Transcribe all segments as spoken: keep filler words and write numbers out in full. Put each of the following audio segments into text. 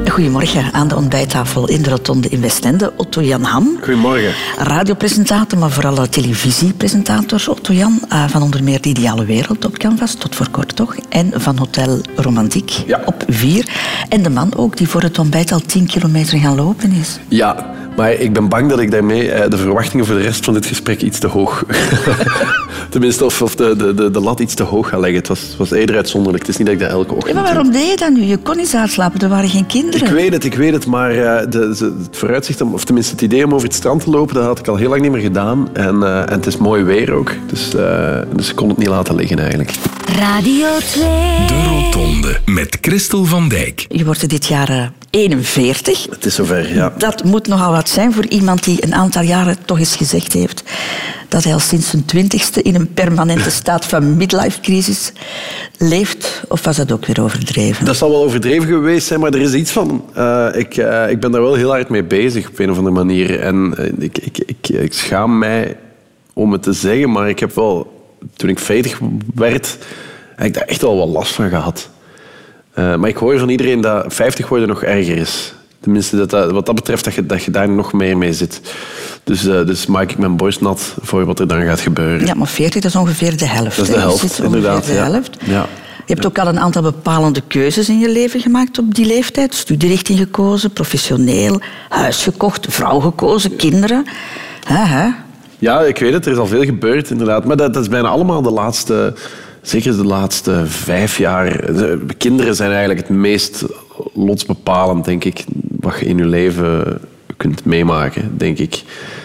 Goedemorgen aan de ontbijttafel in de Rotonde in Westende. Otto-Jan Ham. Goedemorgen. Radiopresentator, maar vooral televisiepresentator. Otto-Jan, uh, van onder meer De Ideale Wereld op Canvas, tot voor kort toch. En van Hotel Romantiek ja. op vier. En de man ook die voor het ontbijt al tien kilometer gaan lopen is. Ja, maar ik ben bang dat ik daarmee uh, de verwachtingen voor de rest van dit gesprek iets te hoog... Tenminste, of, of de, de, de, de lat iets te hoog ga leggen. Het was, het was eerder uitzonderlijk. Het is niet dat ik dat elke ochtend ja, maar waarom deed je dat nu? Je kon niet uitslapen, er waren geen kinderen. Ik weet het, ik weet het, maar uh, de, de, het vooruitzicht, om, of tenminste het idee om over het strand te lopen, dat had ik al heel lang niet meer gedaan. En, uh, en het is mooi weer ook, dus, uh, dus ik kon het niet laten liggen eigenlijk. Radio twee. De Rotonde met Christel van Dijk. Je wordt dit jaar uh, eenenveertig. Het is zover, ja. Dat moet nogal wat zijn voor iemand die een aantal jaren toch eens gezegd heeft dat hij al sinds zijn twintigste in een permanente staat van midlife-crisis leeft. Of was dat ook weer overdreven? Dat zal wel overdreven geweest zijn, maar er is iets van. Uh, ik, uh, ik ben daar wel heel hard mee bezig op een of andere manier. En uh, ik, ik, ik, ik schaam mij om het te zeggen, maar ik heb wel, toen ik veertig werd, heb ik daar echt wel wat last van gehad. Uh, maar ik hoor van iedereen dat vijftig worden nog erger is. Tenminste, dat, dat, wat dat betreft, dat je, dat je daar nog meer mee zit. Dus, uh, dus maak ik mijn borst nat voor wat er dan gaat gebeuren. Ja, maar veertig, dat is ongeveer de helft. Dat is de helft, is inderdaad. De helft. Ja. Ja. Je hebt ook al een aantal bepalende keuzes in je leven gemaakt op die leeftijd. Studierichting gekozen, professioneel, huis gekocht, vrouw gekozen, kinderen. Hè, hè? Ja, ik weet het. Er is al veel gebeurd, inderdaad. Maar dat, dat is bijna allemaal de laatste... Zeker de laatste vijf jaar. Kinderen zijn eigenlijk het meest lotsbepalend, denk ik, wat je in je leven kunt meemaken, denk ik.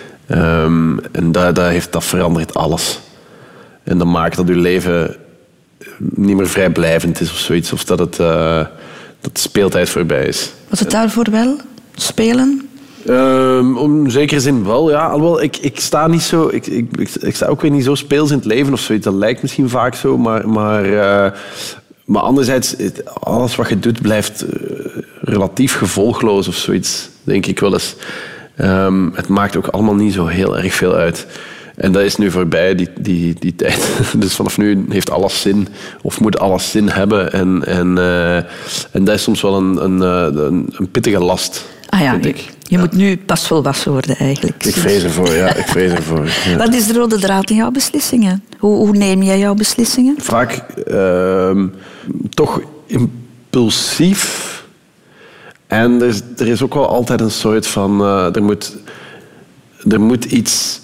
Um, en dat, dat, heeft, dat verandert alles. En dat maakt dat je leven niet meer vrijblijvend is of zoiets. Of dat, het, uh, dat de speeltijd voorbij is. Was het daarvoor wel? Spelen? Um, om zekere zin wel, ja. Alhoewel, ik, ik sta niet zo... Ik, ik, ik, ik sta ook weer niet zo speels in het leven of zoiets. Dat lijkt misschien vaak zo, maar... maar uh, maar anderzijds, alles wat je doet blijft uh, relatief gevolgloos of zoiets, denk ik wel eens. Um, het maakt ook allemaal niet zo heel erg veel uit. En dat is nu voorbij, die, die, die tijd. Dus vanaf nu heeft alles zin, of moet alles zin hebben. En, en, uh, en dat is soms wel een, een, een, een pittige last. Ah ja, je, je ja. moet nu pas volwassen worden eigenlijk. Ik vrees ervoor, ja. Ik vrees ervoor. Ja. Wat is de rode draad in jouw beslissingen? Hoe, hoe neem jij jouw beslissingen? Vaak uh, toch impulsief. En er is, er is ook wel altijd een soort van... Uh, er, moet, er moet iets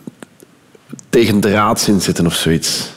tegen draads in zitten of zoiets.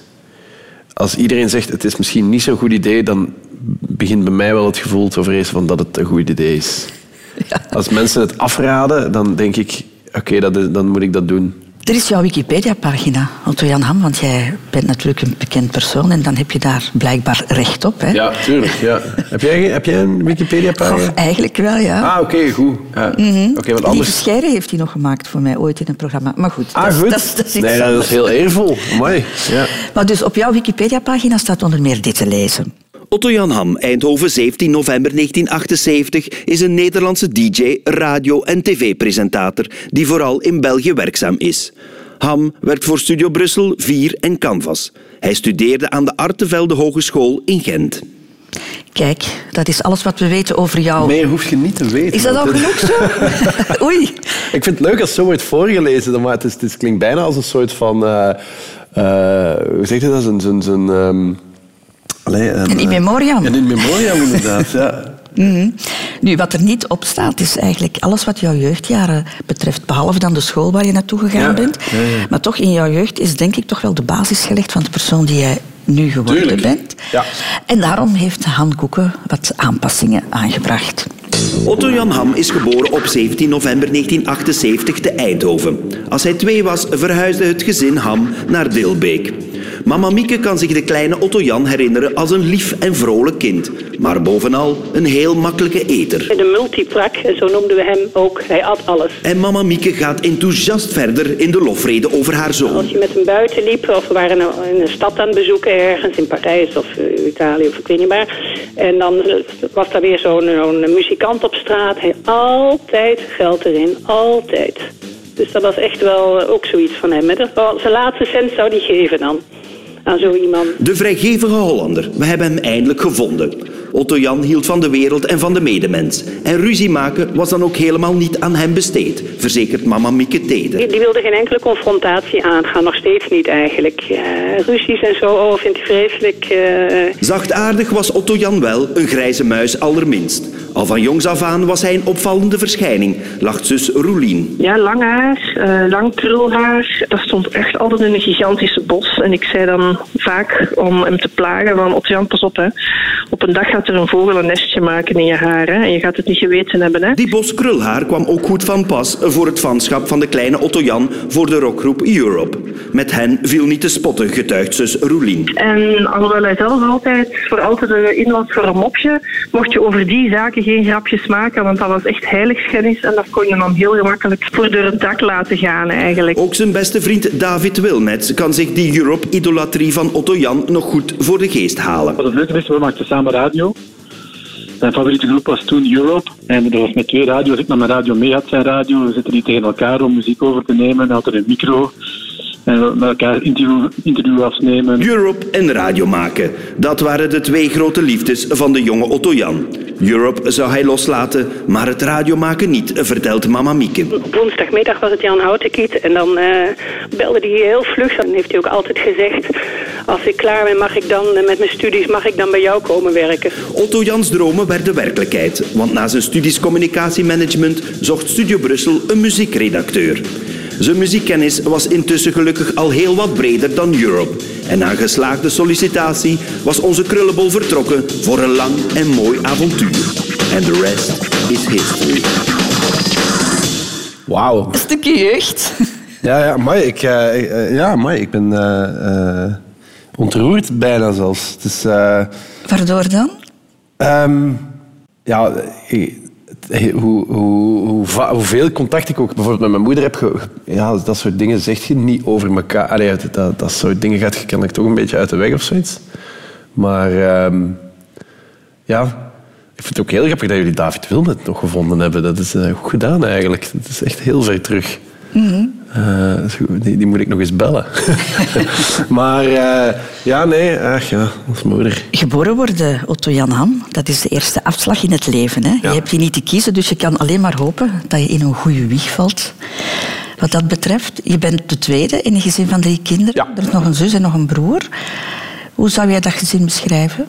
Als iedereen zegt, het is misschien niet zo'n goed idee, dan begint bij mij wel het gevoel te overheersen van dat het een goed idee is. Ja. Als mensen het afraden, dan denk ik, oké, okay, dan moet ik dat doen. Er is jouw Wikipedia-pagina, Otto-Jan Ham, want jij bent natuurlijk een bekend persoon en dan heb je daar blijkbaar recht op. Hè? Ja, tuurlijk. Ja. heb, jij, heb jij een Wikipedia-pagina? Goh, eigenlijk wel, ja. Ah, oké, okay, goed. Ja. Mm-hmm. Okay, want anders... Lieve Scheire heeft die nog gemaakt voor mij ooit in een programma. Maar goed, ah, dat, goed. Dat, dat is iets nee, dat is heel eervol. Mooi. Ja. Maar dus op jouw Wikipedia-pagina staat onder meer dit te lezen. Otto-Jan Ham, Eindhoven, zeventien november negentien achtenzeventig, is een Nederlandse D J, radio- en tv-presentator die vooral in België werkzaam is. Ham werkt voor Studio Brussel, vier en Canvas. Hij studeerde aan de Artevelde Hogeschool in Gent. Kijk, dat is alles wat we weten over jou. Meer hoef je niet te weten. Is dat al genoeg zo? Oei. Ik vind het leuk als het zo wordt voorgelezen, maar het, is, het klinkt bijna als een soort van... Uh, uh, hoe zeg je dat? Zo'n... zo'n, zo'n um, Allee, um, een in memoriam. Een in memoriam, inderdaad, ja. Mm-hmm. Nu, wat er niet op staat, is eigenlijk alles wat jouw jeugdjaren betreft, behalve dan de school waar je naartoe gegaan ja, bent. Ja, ja. Maar toch, in jouw jeugd is denk ik toch wel de basis gelegd van de persoon die jij nu geworden Tuurlijk. bent. Ja. En daarom heeft Han Koeken wat aanpassingen aangebracht. Otto-Jan Ham is geboren op zeventien november negentien achtenzeventig te Eindhoven. Als hij twee was, verhuisde het gezin Ham naar Dilbeek. Mama Mieke kan zich de kleine Otto-Jan herinneren als een lief en vrolijk kind. Maar bovenal een heel makkelijke eter. De multiprak, zo noemden we hem ook. Hij at alles. En mama Mieke gaat enthousiast verder in de lofrede over haar zoon. Als je met hem buiten liep, of we waren in een stad aan het bezoeken ergens, in Parijs of uh, Italië of ik weet niet waar. En dan was daar weer zo'n, zo'n muzikant op straat. Hij altijd geld erin, altijd. Dus dat was echt wel ook zoiets van hem. Hè. Zijn laatste cent zou hij geven dan. aan zo iemand. De vrijgevige Hollander. We hebben hem eindelijk gevonden. Otto Jan hield van de wereld en van de medemens. En ruzie maken was dan ook helemaal niet aan hem besteed, verzekert mama Mieke Teder. Die, die wilde geen enkele confrontatie aangaan, nog steeds niet eigenlijk. Uh, ruzies en zo, oh, vindt hij vreselijk. Uh... Zachtaardig was Otto Jan wel, een grijze muis allerminst. Al van jongs af aan was hij een opvallende verschijning, lacht zus Roelien. Ja, lang haar, uh, lang krulhaar. Dat stond echt altijd in een gigantische bos. En ik zei dan vaak om hem te plagen van Otto Jan, pas op hè. Op een dag gaat er een vogel een nestje maken in je haar hè. En je gaat het niet geweten hebben. Hè. Die bos krulhaar kwam ook goed van pas voor het fanschap van de kleine Otto Jan voor de rockgroep Europe. Met hen viel niet te spotten, getuigt zus Roelien. En alhoewel hij zelf altijd voor altijd in was voor een mopje, mocht je over die zaken geen grapjes maken, want dat was echt heiligschennis en dat kon je dan heel gemakkelijk voor door het dak laten gaan eigenlijk. Ook zijn beste vriend David Wilmets kan zich die Europe-idolatrie van Otto Jan nog goed voor de geest halen. Wat het leuke is, we maakten samen radio. Zijn favoriete groep was toen Europe. En dat was met twee radio's. Ik nam mijn radio mee, had zijn radio. We zitten die tegen elkaar om muziek over te nemen. Hij had er een micro. En we met elkaar interview, interview afnemen. Europe en radio maken. Dat waren de twee grote liefdes van de jonge Otto Jan. Europe zou hij loslaten, maar het radiomaken niet, vertelt mama Mieke. Woensdagmiddag was het Jan Houtenkiet en dan uh, belde hij heel vlug. Dan heeft hij ook altijd gezegd, als ik klaar ben, mag ik dan uh, met mijn studies, mag ik dan bij jou komen werken. Otto Jans dromen werden werkelijkheid, want na zijn studies communicatiemanagement zocht Studio Brussel een muziekredacteur. Zijn muziekkennis was intussen gelukkig al heel wat breder dan Europe. En na geslaagde sollicitatie was onze krullenbol vertrokken voor een lang en mooi avontuur. En de rest is history. Wauw. Een stukje jeugd. Ja, ja, maar ik, uh, ja, maar ik ben uh, uh, ontroerd bijna zelfs. Het is, uh, Waardoor dan? Um, ja, ik, Hoe, hoe, hoe, hoeveel contact ik ook bijvoorbeeld met mijn moeder heb. Ge, ja, dat soort dingen zeg je niet over elkaar. Allee, dat, dat soort dingen gaat je kennelijk toch een beetje uit de weg of zoiets. Maar um, ja, ik vind het ook heel grappig dat jullie David Wilmets nog gevonden hebben. Dat is uh, goed gedaan eigenlijk. Dat is echt heel ver terug. Mm-hmm. Uh, die, die moet ik nog eens bellen. Maar uh, ja, nee, ach ja, als moeder. Geboren worden, Otto Jan Ham, dat is de eerste afslag in het leven. Hè? Ja. Je hebt je niet te kiezen, dus je kan alleen maar hopen dat je in een goede wieg valt. Wat dat betreft, je bent de tweede in een gezin van drie kinderen. Ja. Er is nog een zus en nog een broer. Hoe zou jij dat gezin beschrijven?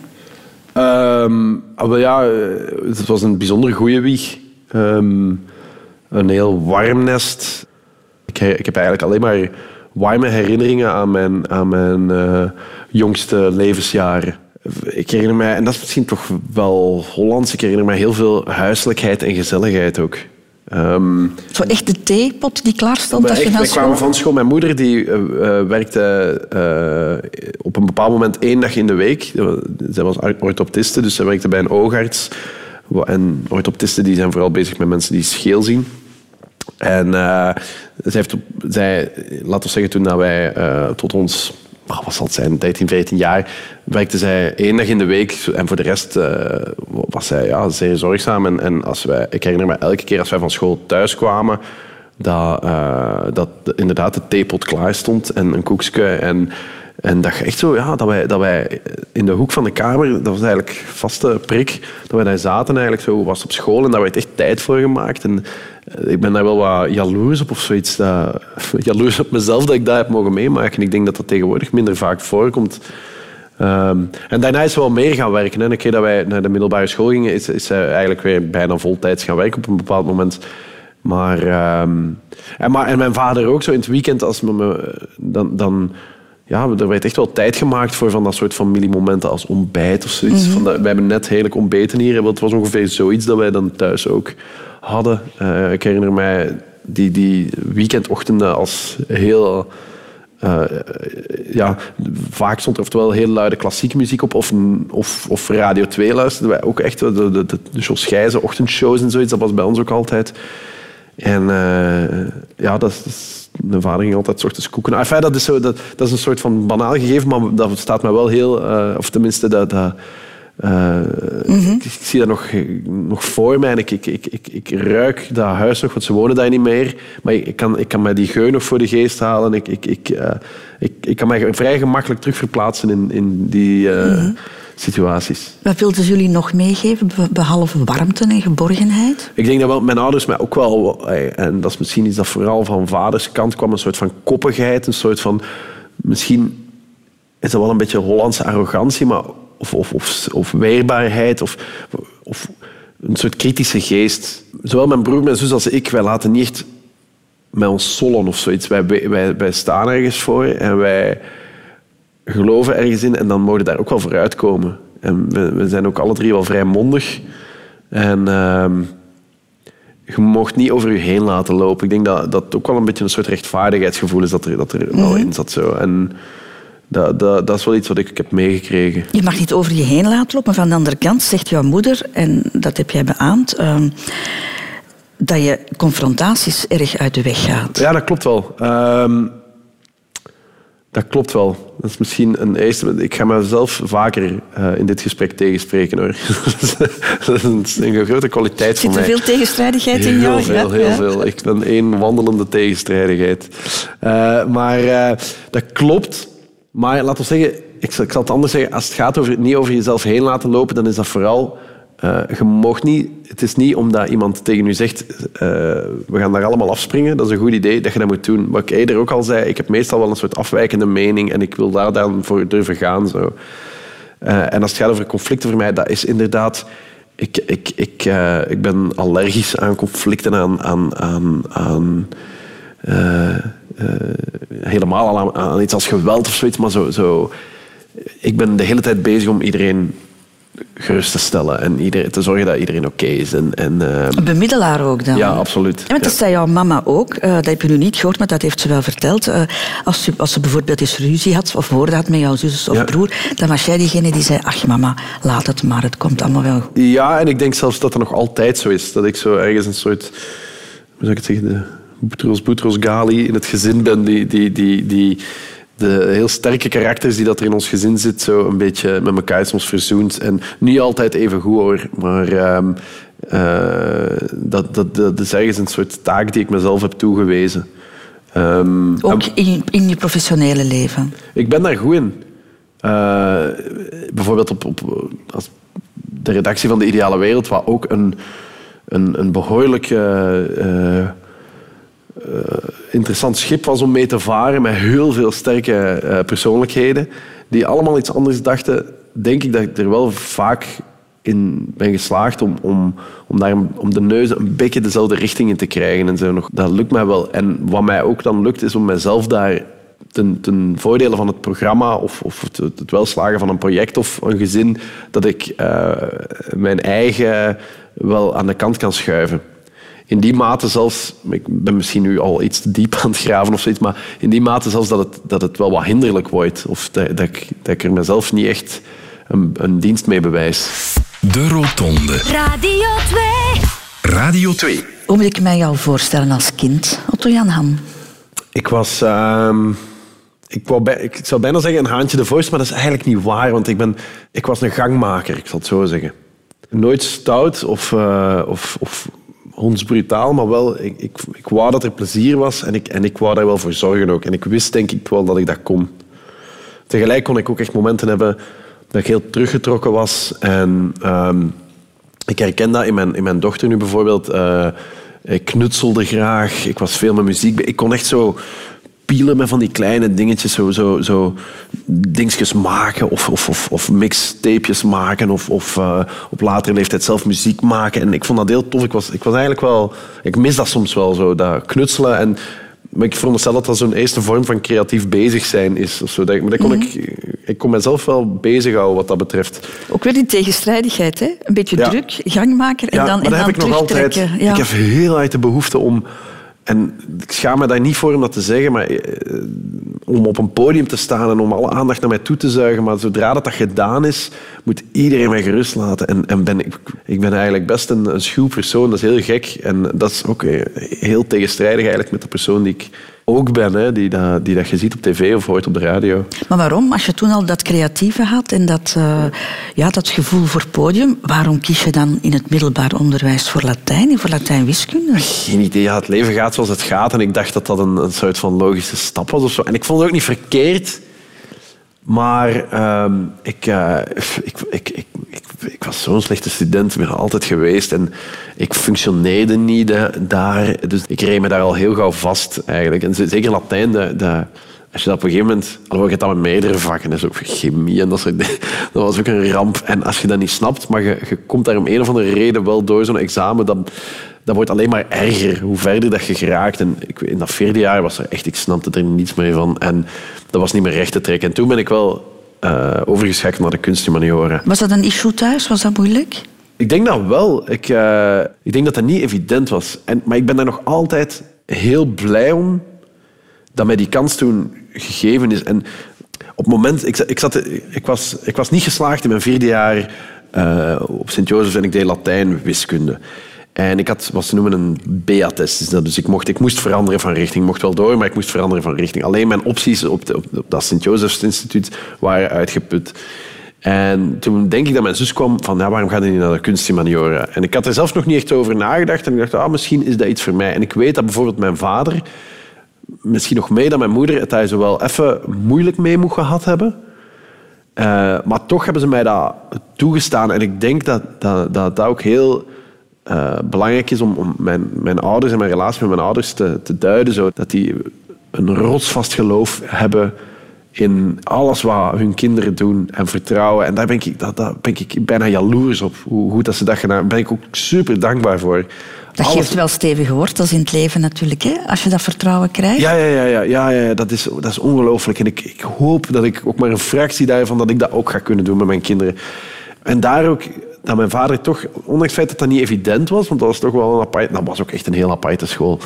Um, ja, het was een bijzonder goede wieg. Um, een heel warm nest. Ik, ik heb eigenlijk alleen maar warme herinneringen aan mijn, aan mijn uh, jongste levensjaren. Ik herinner mij, en dat is misschien toch wel Hollands, ik herinner mij heel veel huiselijkheid en gezelligheid ook. Um, Zo echt de theepot die klaar stond als je naar school... We kwamen van school. Mijn moeder die, uh, werkte uh, op een bepaald moment één dag in de week. Zij was orthoptiste, dus zij werkte bij een oogarts. En orthoptisten die zijn vooral bezig met mensen die scheel zien. En uh, zij heeft, zij, laten we zeggen, toen dat wij uh, tot ons, wat zal het zijn, dertien, veertien jaar, werkte zij één dag in de week. En voor de rest uh, was zij ja, zeer zorgzaam. En, en als wij, ik herinner me elke keer als wij van school thuis kwamen, dat, uh, dat inderdaad de theepot klaar stond en een koekje. En, en dat je echt zo, ja, dat wij, dat wij in de hoek van de kamer, dat was eigenlijk vaste prik, dat wij daar zaten eigenlijk zo, was op school en daar werd echt tijd voor gemaakt. En ik ben daar wel wat jaloers op of zoiets. Dat, jaloers op mezelf dat ik dat heb mogen meemaken. Ik denk dat dat tegenwoordig minder vaak voorkomt. Um, en daarna is ze wel meer gaan werken. Hè. Een keer dat wij naar de middelbare school gingen, is, is zij eigenlijk weer bijna voltijds gaan werken op een bepaald moment. Maar, um, en, maar en mijn vader ook zo in het weekend, als me, me, dan... dan ja, er werd echt wel tijd gemaakt voor van dat soort familiemomenten als ontbijt of zoiets. Mm-hmm. Van dat, wij hebben net heerlijk ontbeten hier. Het was ongeveer zoiets dat wij dan thuis ook hadden. Uh, ik herinner mij die, die weekendochtenden als heel... Uh, ja, vaak stond er oftewel heel luide klassieke muziek op of, of, of Radio twee luisterden wij ook echt. De, de, de, de Jos Gijzen ochtendshows en zoiets, dat was bij ons ook altijd. En uh, ja, dat is... Mijn vader ging altijd 's ochtends koeken. Enfin, dat, is zo, dat, dat is een soort van banaal gegeven, maar dat staat mij wel heel... Uh, of tenminste, dat, dat, Uh, mm-hmm. ik, ik zie dat nog, nog voor mij en ik, ik, ik, ik, ik ruik dat huis nog, want ze wonen daar niet meer. Maar ik, ik, kan, ik kan mij die geur nog voor de geest halen. Ik, ik, ik, uh, ik, ik kan mij vrij gemakkelijk terugverplaatsen in, in die uh, mm-hmm. situaties. Wat wilden ze jullie nog meegeven, behalve warmte en geborgenheid? Ik denk dat wel, mijn ouders mij ook wel... En dat is misschien iets dat vooral van vaders kant kwam, een soort van koppigheid, een soort van... Misschien is dat wel een beetje Hollandse arrogantie, maar... Of, of, of, of weerbaarheid, of, of een soort kritische geest. Zowel mijn broer, mijn zus als ik, wij laten niet echt met ons sollen of zoiets. Wij, wij, wij staan ergens voor en wij geloven ergens in en dan mogen we daar ook wel voor uitkomen. En we, we zijn ook alle drie wel vrij mondig. En uh, je mocht niet over je heen laten lopen. Ik denk dat dat ook wel een beetje een soort rechtvaardigheidsgevoel is dat er, dat er mm-hmm. wel in zat. Zo. En, Dat, dat, dat is wel iets wat ik heb meegekregen. Je mag niet over je heen laten lopen, maar van de andere kant zegt jouw moeder, en dat heb jij beaamd, uh, dat je confrontaties erg uit de weg gaat. Ja, dat klopt wel. Uh, dat klopt wel. Dat is misschien een eerste... Ik ga mezelf vaker uh, in dit gesprek tegenspreken, hoor. Dat is een, een grote kwaliteit van mij. Zit er veel tegenstrijdigheid in jou? Heel veel, heel ja. veel. Ik ben één wandelende tegenstrijdigheid. Uh, maar uh, dat klopt... Maar laten we zeggen, ik zal, ik zal het anders zeggen, als het gaat over niet over jezelf heen laten lopen, dan is dat vooral, uh, je mag niet, het is niet omdat iemand tegen je zegt, uh, we gaan daar allemaal afspringen, dat is een goed idee, dat je dat moet doen. Wat ik eerder ook al zei, ik heb meestal wel een soort afwijkende mening en ik wil daar dan voor durven gaan. Zo. Uh, en als het gaat over conflicten voor mij, dat is inderdaad... Ik, ik, ik, uh, ik ben allergisch aan conflicten, aan... aan, aan, aan uh, Uh, helemaal aan, aan iets als geweld of zoiets, maar zo, zo... Ik ben de hele tijd bezig om iedereen gerust te stellen en iedereen, te zorgen dat iedereen oké okay is. En, en, uh... Een bemiddelaar ook dan? Ja, absoluut. Ja, want dat ja. zei jouw mama ook. Uh, dat heb je nu niet gehoord, maar dat heeft ze wel verteld. Uh, als, ze, als ze bijvoorbeeld eens ruzie had of woorden had met jouw zus of ja. broer, dan was jij diegene die zei, ach mama, laat het maar, het komt allemaal wel goed. Ja, en ik denk zelfs dat dat nog altijd zo is. Dat ik zo ergens een soort... Hoe zou ik het zeggen... De... Boutros Boutros Ghali in het gezin ben, die, die, die, die de heel sterke karakters die dat er in ons gezin zit, zo een beetje met elkaar soms verzoend. En niet altijd even goed, hoor. Maar uh, uh, dat, dat, dat is ergens een soort taak die ik mezelf heb toegewezen. Um, Ook in, in je professionele leven? Ik ben daar goed in. Uh, bijvoorbeeld op, op als de redactie van De Ideale Wereld, wat ook een, een, een behoorlijk... Uh, uh, Uh, interessant schip was om mee te varen met heel veel sterke uh, persoonlijkheden die allemaal iets anders dachten, denk ik dat ik er wel vaak in ben geslaagd om, om, om, daar, om de neus een beetje dezelfde richting in te krijgen. En zo nog. Dat lukt mij wel. En wat mij ook dan lukt, is om mezelf daar ten, ten voordele van het programma of, of het, het welslagen van een project of een gezin, dat ik uh, mijn eigen wel aan de kant kan schuiven. In die mate zelfs, ik ben misschien nu al iets te diep aan het graven of zoiets, maar in die mate zelfs dat het, dat het wel wat hinderlijk wordt. Of dat, dat, ik, dat ik er mezelf niet echt een, een dienst mee bewijs. De Rotonde. Radio twee. Radio twee. Hoe moet ik mij jou voorstellen als kind, Otto Jan Ham? Ik was... Uh, ik, wou bij, ik zou bijna zeggen een haantje de voorste, maar dat is eigenlijk niet waar, want ik, ben, ik was een gangmaker, ik zal het zo zeggen. Nooit stout of... Uh, of, of hondsbrutaal, maar wel, ik, ik, ik wou dat er plezier was en ik, en ik wou daar wel voor zorgen ook. En ik wist denk ik wel dat ik dat kon. Tegelijk kon ik ook echt momenten hebben dat ik heel teruggetrokken was. En um, ik herken dat in mijn, in mijn dochter nu bijvoorbeeld. Uh, ik knutselde graag, ik was veel met muziek. Ik kon echt zo pielen met van die kleine dingetjes, zo, zo, zo dingetjes maken of, of, of, of mixtapejes maken of, of uh, op latere leeftijd zelf muziek maken. En ik vond dat heel tof. Ik was, ik was eigenlijk wel... Ik mis dat soms wel, zo, dat knutselen. En, maar ik veronderstel dat dat zo'n eerste vorm van creatief bezig zijn is. Of zo. Dat, maar dat kon mm-hmm. ik, ik kon mezelf wel bezighouden wat dat betreft. Ook weer die tegenstrijdigheid, hè? Een beetje ja. druk, gangmaker en ja, dan, maar en dat dan heb ik nog altijd. Ja. Ik heb heel erg de behoefte om... En ik schaam me daar niet voor om dat te zeggen, maar uh, om op een podium te staan en om alle aandacht naar mij toe te zuigen. Maar zodra dat, dat gedaan is, moet iedereen mij gerust laten. En, en ben ik, ik ben eigenlijk best een, een schuw persoon, dat is heel gek. En dat is ook heel tegenstrijdig eigenlijk met de persoon die ik ook ben, hè, die, dat, die dat je ziet op tv of hoort op de radio. Maar waarom? Als je toen al dat creatieve had en dat, uh, ja, dat gevoel voor podium, waarom kies je dan in het middelbaar onderwijs voor Latijn en voor Latijn-wiskunde? Geen idee. Ja, het leven gaat zoals het gaat en ik dacht dat dat een, een soort van logische stap was of zo. En ik vond het ook niet verkeerd, maar uh, ik, uh, ik, ik, ik, ik, ik was zo'n slechte student, ik ben altijd geweest en ik functioneerde niet de, daar. Dus ik reed me daar al heel gauw vast eigenlijk. En zeker Latijn, de, de, als je dat op een gegeven moment... Alhoewel, je hebt dat met meerdere vakken, dus ook chemie en dat soort dingen. Dat was ook een ramp. En als je dat niet snapt, maar je, je komt daar om een of andere reden wel door zo'n examen, dan, dat wordt alleen maar erger hoe verder dat je geraakt. En ik, in dat vierde jaar was er echt... Ik snapte er niets meer van. En dat was niet meer recht te trekken. En toen ben ik wel uh, overgeschakeld naar de kunsthumanioren. Was dat een issue thuis? Was dat moeilijk? Ik denk dat wel. Ik, uh, ik denk dat dat niet evident was. En, maar ik ben daar nog altijd heel blij om dat mij die kans toen gegeven is. En op het moment... Ik, ik, zat, ik, was, ik was niet geslaagd in mijn vierde jaar uh, op Sint-Jozef en ik deed Latijn wiskunde. En ik had wat ze noemen een B A-test. Dus ik, mocht, ik moest veranderen van richting. Ik mocht wel door, maar ik moest veranderen van richting. Alleen mijn opties op, de, op, op dat Sint-Jozefs instituut waren uitgeput. En toen denk ik dat mijn zus kwam van, ja, waarom ga je niet naar de kunsthumanioren? En ik had er zelf nog niet echt over nagedacht. En ik dacht, ah, misschien is dat iets voor mij. En ik weet dat bijvoorbeeld mijn vader, misschien nog mee dan mijn moeder, het daar zo wel even moeilijk mee moet gehad hebben. Uh, maar toch hebben ze mij dat toegestaan. En ik denk dat dat, dat, dat ook heel uh, belangrijk is om, om mijn, mijn ouders en mijn relatie met mijn ouders te, te duiden. Zo, dat die een rotsvast geloof hebben in alles wat hun kinderen doen en vertrouwen. En daar ben ik, dat, daar ben ik bijna jaloers op, hoe goed dat ze dat gedaan hebben. Daar ben ik ook super dankbaar voor. Dat alles... geeft wel stevige wortels in het leven natuurlijk, hè? Als je dat vertrouwen krijgt. Ja, ja, ja, ja, ja, ja dat is, dat is ongelooflijk. En ik, ik hoop dat ik ook maar een fractie daarvan, dat ik dat ook ga kunnen doen met mijn kinderen. En daar ook, dat mijn vader toch, ondanks het feit dat dat niet evident was, want dat was toch wel een apart, dat was ook echt een heel aparte school.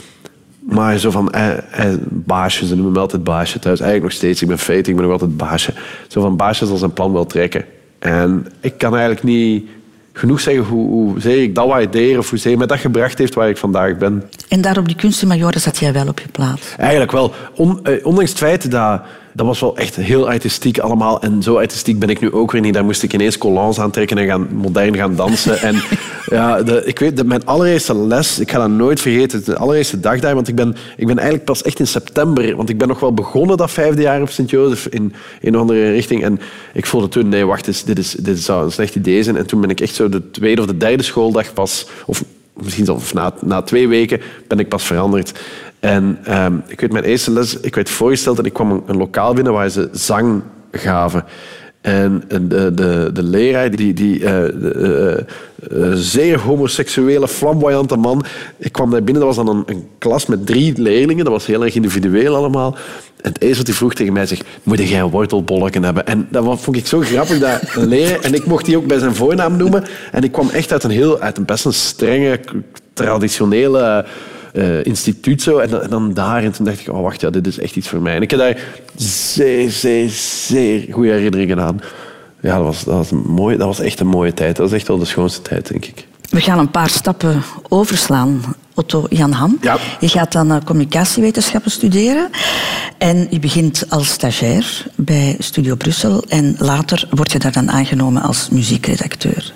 Maar zo van, eh, eh, baasje, ze noemen me altijd baasje thuis. Eigenlijk nog steeds, ik ben feit, ik ben nog altijd baasje. Zo van, baasje zal zijn plan wel trekken. En ik kan eigenlijk niet genoeg zeggen hoe, hoe zeer ik dat waardeer of hoe zeer mij dat gebracht heeft waar ik vandaag ben. En daar op die kunsthumanioren zat jij wel op je plaats? Eigenlijk wel. On, eh, ondanks het feit dat... Dat was wel echt heel artistiek allemaal. En zo artistiek ben ik nu ook weer niet. Daar moest ik ineens collants aantrekken en gaan, modern gaan dansen. En ja, de, ik weet, de, mijn allereerste les, ik ga dat nooit vergeten, de allereerste dag daar, want ik ben, ik ben eigenlijk pas echt in september, want ik ben nog wel begonnen dat vijfde jaar op Sint-Jozef in, in een andere richting. En ik voelde toen, nee, wacht eens, dit, is, dit zou een slecht idee zijn. En toen ben ik echt zo de tweede of de derde schooldag pas, of misschien zelfs na, na twee weken, ben ik pas veranderd. En um, ik weet mijn eerste les, ik werd voorgesteld en ik kwam een, een lokaal binnen waar ze zang gaven. En de, de, de leraar, die, die uh, de, uh, zeer homoseksuele, flamboyante man, ik kwam daar binnen, dat was dan een, een klas met drie leerlingen, dat was heel erg individueel allemaal. En het eerste wat hij vroeg tegen mij, zegt, moet jij een wortelbolleken hebben? En dat vond ik zo grappig, dat leren. En ik mocht die ook bij zijn voornaam noemen. En ik kwam echt uit een, heel, uit een best een strenge, traditionele uh, instituut. Zo. En, dan, en dan daar. En toen dacht ik, oh wacht, ja, dit is echt iets voor mij. En ik heb daar zeer, zeer, zeer goede herinneringen aan. Ja, dat was, dat was, mooi, dat was echt een mooie tijd. Dat was echt wel de schoonste tijd, denk ik. We gaan een paar stappen overslaan. Otto Jan Ham. Ja. Je gaat dan uh, communicatiewetenschappen studeren. En je begint als stagiair bij Studio Brussel. En later word je daar dan aangenomen als muziekredacteur.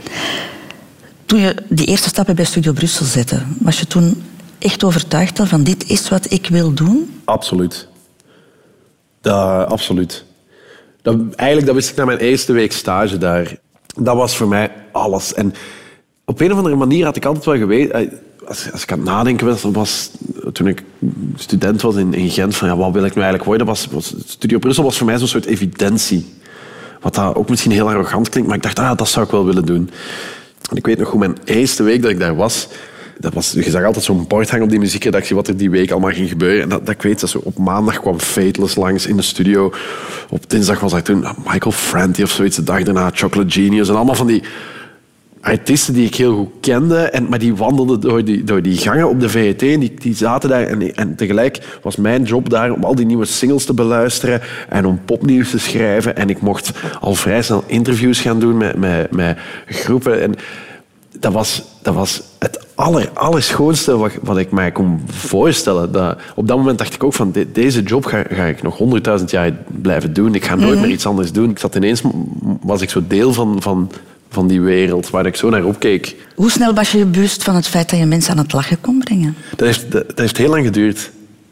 Toen je die eerste stappen bij Studio Brussel zette, was je toen echt overtuigd al van dit is wat ik wil doen? Absoluut. Dat, absoluut. Dat, eigenlijk dat wist ik na mijn eerste week stage daar. Dat was voor mij alles. En op een of andere manier had ik altijd wel geweten... Als, als ik aan het nadenken was, was, toen ik student was in, in Gent, van ja, wat wil ik nu eigenlijk worden, was, was Studio Brussel was voor mij zo'n soort evidentie. Wat dat ook misschien heel arrogant klinkt, maar ik dacht, ah, dat zou ik wel willen doen. En ik weet nog hoe mijn eerste week dat ik daar was, dat was je zag altijd zo'n bord hangen op die muziekredactie, wat er die week allemaal ging gebeuren. En dat, dat ik weet, dat zo op maandag kwam Fateless langs in de studio. Op dinsdag was daar toen Michael Franti of zoiets, de dag daarna Chocolate Genius en allemaal van die artiesten die ik heel goed kende, en, maar die wandelden door die, door die gangen op de V R T en die, die zaten daar. En, en tegelijk was mijn job daar om al die nieuwe singles te beluisteren en om popnieuws te schrijven. En ik mocht al vrij snel interviews gaan doen met, met, met groepen. En dat was, dat was het aller, allerschoonste wat, wat ik mij kon voorstellen. Dat, op dat moment dacht ik ook van, de, deze job ga, ga ik nog honderdduizend jaar blijven doen. Ik ga nooit mm-hmm. meer iets anders doen. Ik zat ineens, was ik zo deel van, van, van die wereld waar ik zo naar opkeek. Hoe snel was je je bewust van het feit dat je mensen aan het lachen kon brengen? Dat heeft, dat, dat heeft heel lang geduurd.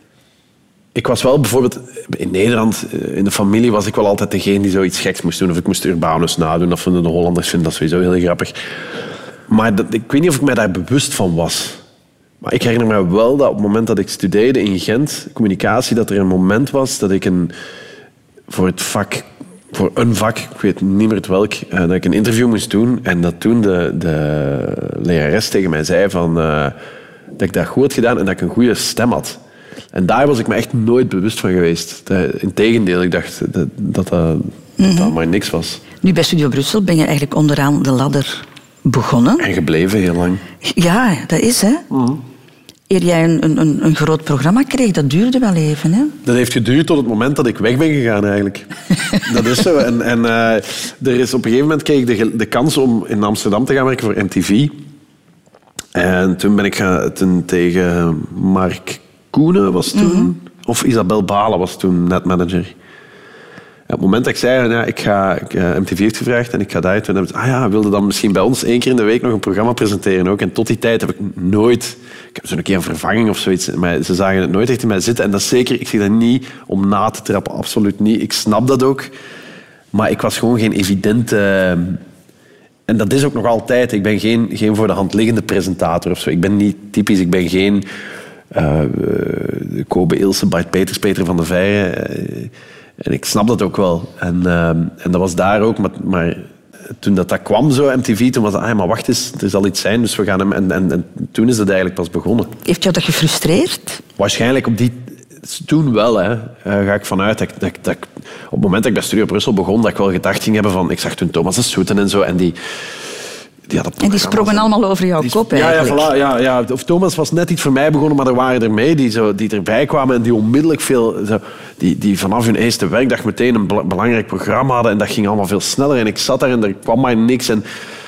Ik was wel bijvoorbeeld... In Nederland, in de familie, was ik wel altijd degene die zoiets geks moest doen. Of ik moest Urbanus nadoen. Dat vonden de Hollanders vinden dat sowieso heel grappig. Maar dat, ik weet niet of ik mij daar bewust van was. Maar ik herinner me wel dat op het moment dat ik studeerde in Gent, communicatie, dat er een moment was dat ik een, voor het vak, voor een vak, ik weet niet meer het welk, uh, dat ik een interview moest doen. En dat toen de, de lerares tegen mij zei van, uh, dat ik dat goed had gedaan en dat ik een goede stem had. En daar was ik me echt nooit bewust van geweest. Integendeel, ik dacht dat dat, dat, mm-hmm. dat maar niks was. Nu bij Studio Brussel ben je eigenlijk onderaan de ladder begonnen. En gebleven heel lang. Ja, dat is hè. Mm-hmm. Eer jij een, een, een groot programma kreeg, dat duurde wel even. Hè? Dat heeft geduurd tot het moment dat ik weg ben gegaan eigenlijk. Dat is zo. En, en uh, er is op een gegeven moment kreeg ik de, de kans om in Amsterdam te gaan werken voor M T V. En toen ben ik gaan, toen tegen Mark Koenen was toen, mm-hmm. of Isabel Balen was toen netmanager. En op het moment dat ik zei, ja, ik ga, ik, uh, M T V heeft gevraagd en ik ga daar, toen hebben ze, ah ja, wilde dan misschien bij ons één keer in de week nog een programma presenteren ook. En tot die tijd heb ik nooit, ik heb zo'n keer een vervanging of zoiets, maar ze zagen het nooit echt in mij zitten. En dat is zeker, ik zeg dat niet om na te trappen, absoluut niet. Ik snap dat ook, maar ik was gewoon geen evidente... Uh, en dat is ook nog altijd, ik ben geen, geen voor de hand liggende presentator of zo. Ik ben niet typisch, ik ben geen... Uh, uh, Kobe Ilse, Bart Peters, Peter van der Veijren. Uh, en ik snap dat ook wel. En, uh, en dat was daar ook. Maar, maar toen dat, dat kwam, zo M T V, toen was dat... Ah, maar wacht eens, er zal iets zijn, dus we gaan hem... En, en, en toen is het eigenlijk pas begonnen. Heeft jou dat gefrustreerd? Waarschijnlijk op die... Toen wel, hè. Uh, ga ik vanuit dat, dat, dat op het moment dat ik bij Studio Brussel begon, dat ik wel gedacht ging hebben van... Ik zag toen Thomas de Soeten en zo, en die... Die en die sprongen allemaal over jouw die, kop eigenlijk. Ja, ja, voilà, ja, ja. Of Thomas was net iets voor mij begonnen, maar er waren er mee die, zo, die erbij kwamen en die onmiddellijk veel... Zo, die, die vanaf hun eerste werkdag meteen een belangrijk programma hadden en dat ging allemaal veel sneller. En ik zat daar en er kwam maar niks. En,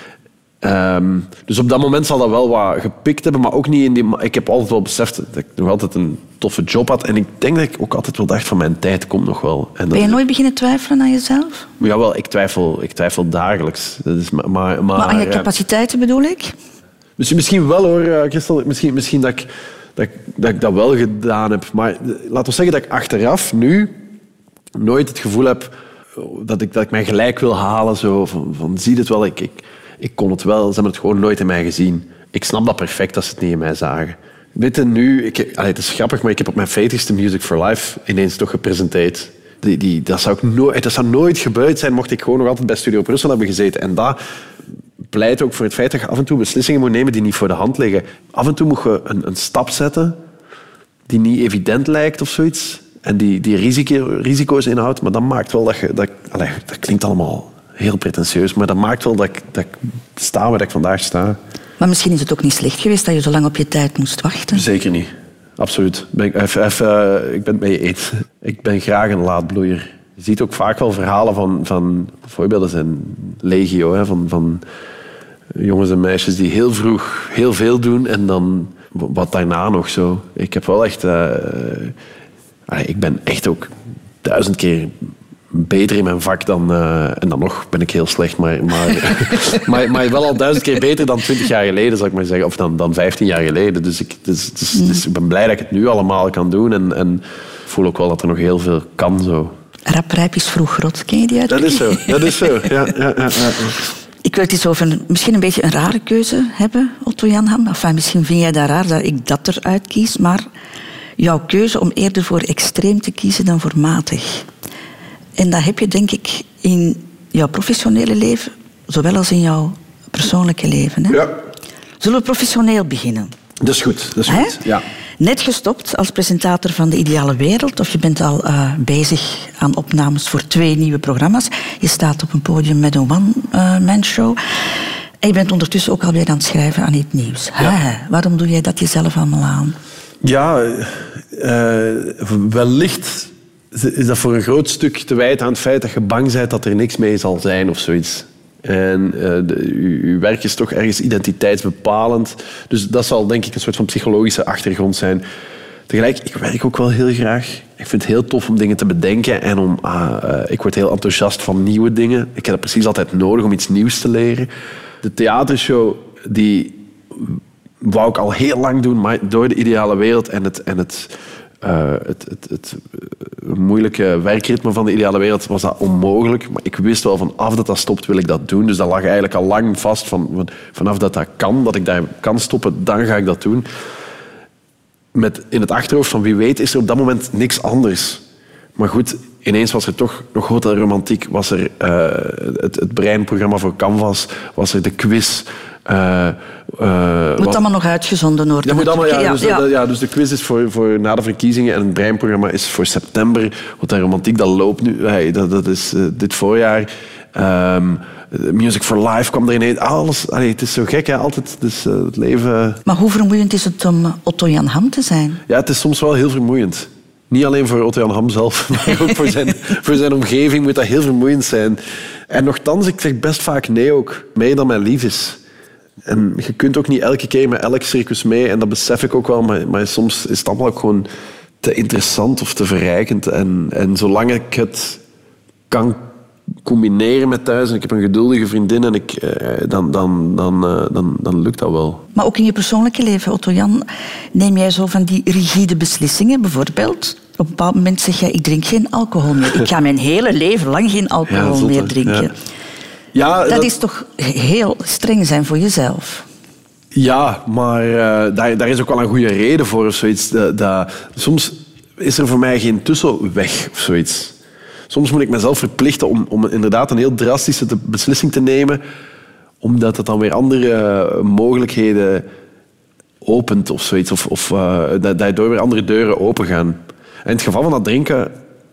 um, dus op dat moment zal dat wel wat gepikt hebben, maar ook niet in die... Ik heb altijd wel beseft dat ik nog altijd een toffe job had. En ik denk dat ik ook altijd wel dacht van mijn tijd komt nog wel. En ben je nooit beginnen twijfelen aan jezelf? Jawel, ik twijfel, ik twijfel dagelijks. Dat is maar, maar, maar, maar aan je capaciteiten bedoel ik? Misschien, misschien wel hoor, Christel. Misschien, misschien dat, ik, dat, dat ik dat wel gedaan heb. Maar laten we zeggen dat ik achteraf nu nooit het gevoel heb dat ik, dat ik mij gelijk wil halen. Zo, van, van zie het wel, ik, ik, ik kon het wel. Ze hebben het gewoon nooit in mij gezien. Ik snap dat perfect als ze het niet in mij zagen. Weet je, nu... Ik, allee, het is grappig, maar ik heb op mijn veertigste Music for Life ineens toch gepresenteerd. Die, die, dat, zou ik nooit, dat zou nooit gebeurd zijn mocht ik gewoon nog altijd bij Studio Brussel hebben gezeten. En dat pleit ook voor het feit dat je af en toe beslissingen moet nemen die niet voor de hand liggen. Af en toe moet je een, een stap zetten die niet evident lijkt of zoiets. En die, die risico, risico's inhoudt. Maar dat maakt wel dat je... Dat, allee, dat klinkt allemaal heel pretentieus, maar dat maakt wel dat ik, dat ik sta waar ik vandaag sta. Maar misschien is het ook niet slecht geweest dat je zo lang op je tijd moest wachten. Zeker niet. Absoluut. Ben ik, even, even, ik ben het met je eens. Ik ben graag een laatbloeier. Je ziet ook vaak wel verhalen van... van voorbeelden zijn legio, hè, van, van jongens en meisjes die heel vroeg heel veel doen en dan wat daarna nog zo. Ik heb wel echt... Uh, ik ben echt ook duizend keer beter in mijn vak dan... Uh, en dan nog ben ik heel slecht, maar, maar, maar, maar wel al duizend keer beter dan twintig jaar geleden, zal ik maar zeggen. Of dan, dan vijftien jaar geleden. Dus ik, dus, dus, dus ik ben blij dat ik het nu allemaal kan doen. En, en voel ook wel dat er nog heel veel kan. Zo. Rap rijp is vroeg rot. Ken je die uitdrukking? Dat is zo. Dat is zo. Ja, ja, ja, ja. Ik wil het eens over misschien een beetje een rare keuze hebben, Otto Jan Ham. Enfin, misschien vind jij dat raar dat ik dat eruit kies. Maar jouw keuze om eerder voor extreem te kiezen dan voor matig. En dat heb je, denk ik, in jouw professionele leven, zowel als in jouw persoonlijke leven. Hè? Ja. Zullen we professioneel beginnen? Dat is goed. Dat is goed. Ja. Net gestopt als presentator van De Ideale Wereld, of je bent al uh, bezig aan opnames voor twee nieuwe programma's. Je staat op een podium met een one-man show. En je bent ondertussen ook alweer aan het schrijven aan iets nieuws. Ja. Ha, waarom doe jij dat jezelf allemaal aan? Ja, uh, wellicht... is dat voor een groot stuk te wijten aan het feit dat je bang bent dat er niks mee zal zijn of zoiets. En uh, de, uw, uw werk is toch ergens identiteitsbepalend. Dus dat zal denk ik een soort van psychologische achtergrond zijn. Tegelijk, ik werk ook wel heel graag. Ik vind het heel tof om dingen te bedenken. En om, uh, uh, ik word heel enthousiast van nieuwe dingen. Ik heb dat precies altijd nodig om iets nieuws te leren. De theatershow, die wou ik al heel lang doen, maar door de ideale wereld en het... En het Uh, het, het, het uh, moeilijke werkritme van de ideale wereld was dat onmogelijk. Maar ik wist wel vanaf dat dat stopt, wil ik dat doen. Dus dat lag eigenlijk al lang vast. Van, vanaf dat dat kan, dat ik daar kan stoppen, dan ga ik dat doen. Met in het achterhoofd van wie weet is er op dat moment niks anders. Maar goed, ineens was er toch nog Hotel Romantiek. Was er uh, het, het breinprogramma voor Canvas. Was er de quiz... Uh, uh, moet wat... allemaal nog uitgezonden worden. Dat moet allemaal, ja, ja, dus, ja. Dat, ja, dus de quiz is voor, voor na de verkiezingen en het breinprogramma is voor september. Want de romantiek, dat loopt nu. Hey, dat, dat is uh, dit voorjaar. Um, Music for Life kwam er ineens. Alles, allee, het is zo gek, hè, altijd. Dus, uh, het leven... Maar hoe vermoeiend is het om Otto-Jan Ham te zijn? Ja, het is soms wel heel vermoeiend. Niet alleen voor Otto-Jan Ham zelf, maar ook voor zijn, voor zijn omgeving moet dat heel vermoeiend zijn. En nochtans, ik zeg best vaak nee ook. Meer dan mij lief is. En je kunt ook niet elke keer met elk circus mee. En dat besef ik ook wel. Maar, maar soms is het allemaal ook gewoon te interessant of te verrijkend. En, en zolang ik het kan combineren met thuis... en ik heb een geduldige vriendin... En ik, eh, dan, dan, dan, uh, dan, dan lukt dat wel. Maar ook in je persoonlijke leven, Otto-Jan... neem jij zo van die rigide beslissingen? Bijvoorbeeld, op een bepaald moment zeg je... ik drink geen alcohol meer. Ik ga mijn hele leven lang geen alcohol ja, zotte, meer drinken. Ja. Ja, dat, dat is toch heel streng zijn voor jezelf? Ja, maar uh, daar, daar is ook wel een goede reden voor of zoiets. Dat, dat, soms is er voor mij geen tussenweg of zoiets. Soms moet ik mezelf verplichten om, om inderdaad een heel drastische te, beslissing te nemen, omdat het dan weer andere uh, mogelijkheden opent of zoiets. Of, of uh, dat daardoor weer andere deuren opengaan. En in het geval van dat drinken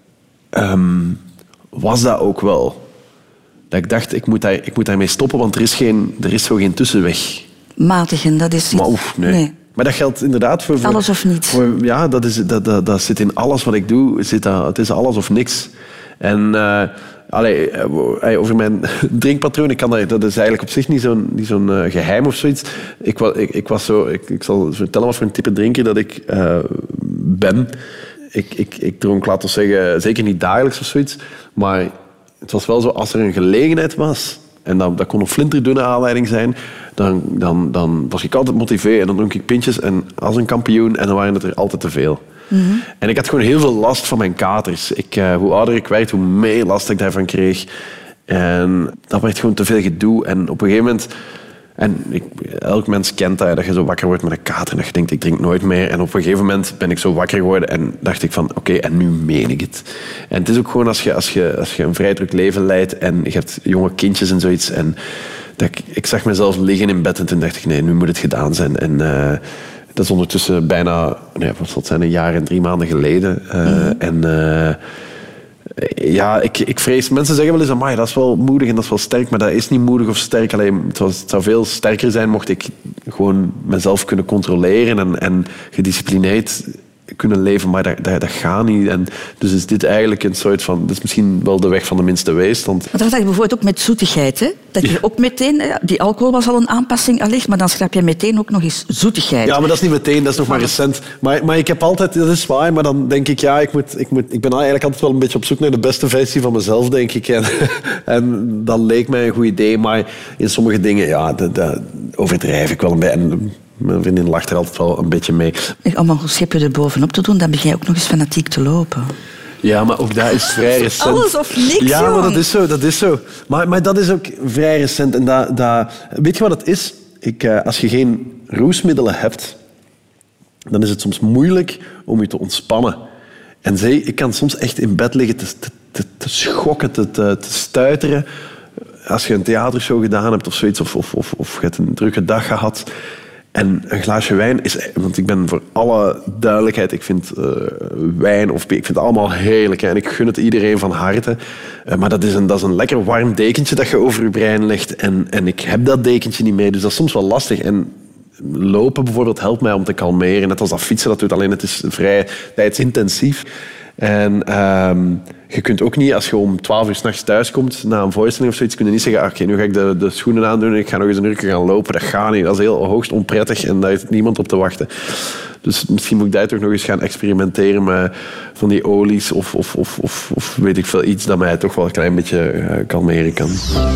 um, was dat ook wel. Dat ik dacht, ik moet, daar, ik moet daarmee stoppen, want er is, geen, er is zo geen tussenweg. Matigen, dat is... Maar oef, nee. nee. Maar dat geldt inderdaad voor... voor alles of niets. Voor, ja, dat, is, dat, dat, dat zit in alles wat ik doe. Zit dat, het is alles of niks. En uh, allee, over mijn drinkpatroon, ik kan dat, dat is eigenlijk op zich niet zo'n, niet zo'n uh, geheim of zoiets. Ik, ik, ik, was zo, ik, ik zal vertellen wat voor een type drinker dat ik uh, ben. Ik, ik, ik dronk, laten we zeggen, zeker niet dagelijks of zoiets, maar... Het was wel zo, als er een gelegenheid was, en dat, dat kon een flinterdunne aanleiding zijn, dan, dan, dan was ik altijd motivé en dan dronk ik pintjes en als een kampioen en dan waren het er altijd te veel. Mm-hmm. En ik had gewoon heel veel last van mijn katers. Ik, uh, hoe ouder ik werd, hoe meer last ik daarvan kreeg. En dat werd gewoon te veel gedoe. En op een gegeven moment... En ik, elk mens kent dat, dat je zo wakker wordt met een kater en dat je denkt, ik drink nooit meer. En op een gegeven moment ben ik zo wakker geworden en dacht ik van, oké, okay, en nu meen ik het. En het is ook gewoon als je, als je, als je een vrij druk leven leidt en je hebt jonge kindjes en zoiets. En dat ik, ik zag mezelf liggen in bed en toen dacht ik, nee, nu moet het gedaan zijn. En uh, dat is ondertussen bijna, nee, wat zal het zijn, een jaar en drie maanden geleden. Uh, mm-hmm. En... Uh, Ja, ik, ik vrees... Mensen zeggen wel eens, amai, dat is wel moedig en dat is wel sterk, maar dat is niet moedig of sterk. Alleen, het, was, het zou veel sterker zijn mocht ik gewoon mezelf kunnen controleren en, en gedisciplineerd kunnen leven, maar dat, dat, dat gaat niet. En dus is dit eigenlijk een soort van... Dit is misschien wel de weg van de minste weerstand. Maar dat had je bijvoorbeeld ook met zoetigheid, hè? Dat je ja. ook meteen... Die alcohol was al een aanpassing allicht, maar dan schrap je meteen ook nog eens zoetigheid. Ja, maar dat is niet meteen, dat is nog maar recent. Maar, maar ik heb altijd... Dat is waar, maar dan denk ik, ja, ik, moet, ik, moet, ik ben eigenlijk altijd wel een beetje op zoek naar de beste versie van mezelf, denk ik. En, en dat leek mij een goed idee, maar in sommige dingen, ja, dat, dat overdrijf ik wel een beetje. En, mijn vriendin lacht er altijd wel een beetje mee. Om een schepje er bovenop te doen, dan begin je ook nog eens fanatiek te lopen. Ja, maar ook dat is vrij recent. Alles of niks, Ja, jong. maar dat is zo. Dat is zo. Maar, maar dat is ook vrij recent. En dat, dat, weet je wat het is? Ik, uh, als je geen roesmiddelen hebt, dan is het soms moeilijk om je te ontspannen. En zij, ik kan soms echt in bed liggen te, te, te, te schokken, te, te, te stuiteren. Als je een theatershow gedaan hebt of zoiets, of, of, of, of je hebt een drukke dag gehad... En een glaasje wijn is... Want ik ben voor alle duidelijkheid... Ik vind uh, wijn of ik vind het allemaal heerlijk. Hè, en ik gun het iedereen van harte. Uh, maar dat is, een, dat is een lekker warm dekentje dat je over je brein legt. En, en ik heb dat dekentje niet mee. Dus dat is soms wel lastig. En lopen bijvoorbeeld helpt mij om te kalmeren. Net als dat fietsen dat doet. Alleen het is vrij tijdsintensief. En um, je kunt ook niet, als je om twaalf uur 's nachts thuis komt, na een voorstelling of zoiets, kun je niet zeggen, oké, okay, nu ga ik de, de schoenen aandoen en ik ga nog eens een uur gaan lopen. Dat gaat niet. Dat is heel hoogst onprettig en daar heeft niemand op te wachten. Dus misschien moet ik daar toch nog eens gaan experimenteren met van die olies of, of, of, of, of weet ik veel, iets dat mij toch wel een klein beetje uh, kalmeren kan.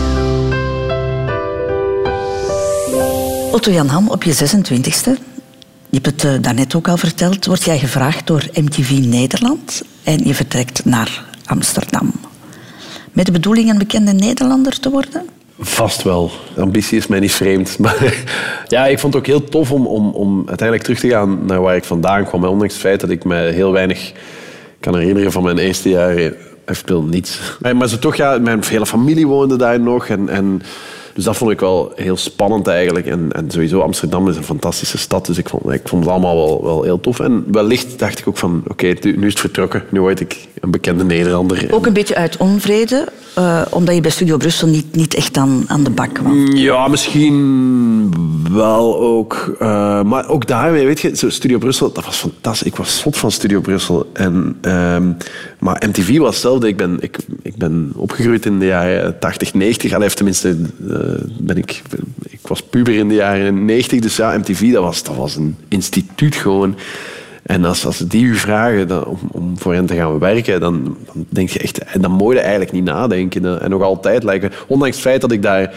Otto Jan Ham, op je zesentwintigste, je hebt het uh, daarnet ook al verteld, word jij gevraagd door M T V Nederland en je vertrekt naar Amsterdam. Met de bedoeling een bekende Nederlander te worden? Vast wel. Ambitie is mij niet vreemd. Maar ja, ik vond het ook heel tof om, om, om uiteindelijk terug te gaan naar waar ik vandaan kwam. Ondanks het feit dat ik me heel weinig kan herinneren van mijn eerste jaar. Ik speel niets. Maar, maar zo toch, ja, mijn hele familie woonde daar nog. En, en, dus dat vond ik wel heel spannend eigenlijk. En, en sowieso, Amsterdam is een fantastische stad. Dus ik vond, ik vond het allemaal wel, wel heel tof. En wellicht dacht ik ook van, oké, okay, nu is het vertrokken. Nu word ik een bekende Nederlander. Ook een beetje uit onvrede, uh, omdat je bij Studio Brussel niet, niet echt aan, aan de bak kwam. Ja, misschien wel ook. Uh, maar ook daar, weet je, zo Studio Brussel, dat was fantastisch. Ik was zot van Studio Brussel. En, um, maar M T V was hetzelfde. Ik ben, ik, ik ben opgegroeid in de jaren tachtig, negentig. Allee, tenminste, uh, ben ik, ik was puber in de jaren negentig. Dus ja, M T V, dat was, dat was een instituut gewoon. En als, als die u vragen dan, om, om voor hen te gaan werken, dan, dan denk je echt, dan moet je eigenlijk niet nadenken. En nog altijd lijken, ondanks het feit dat ik daar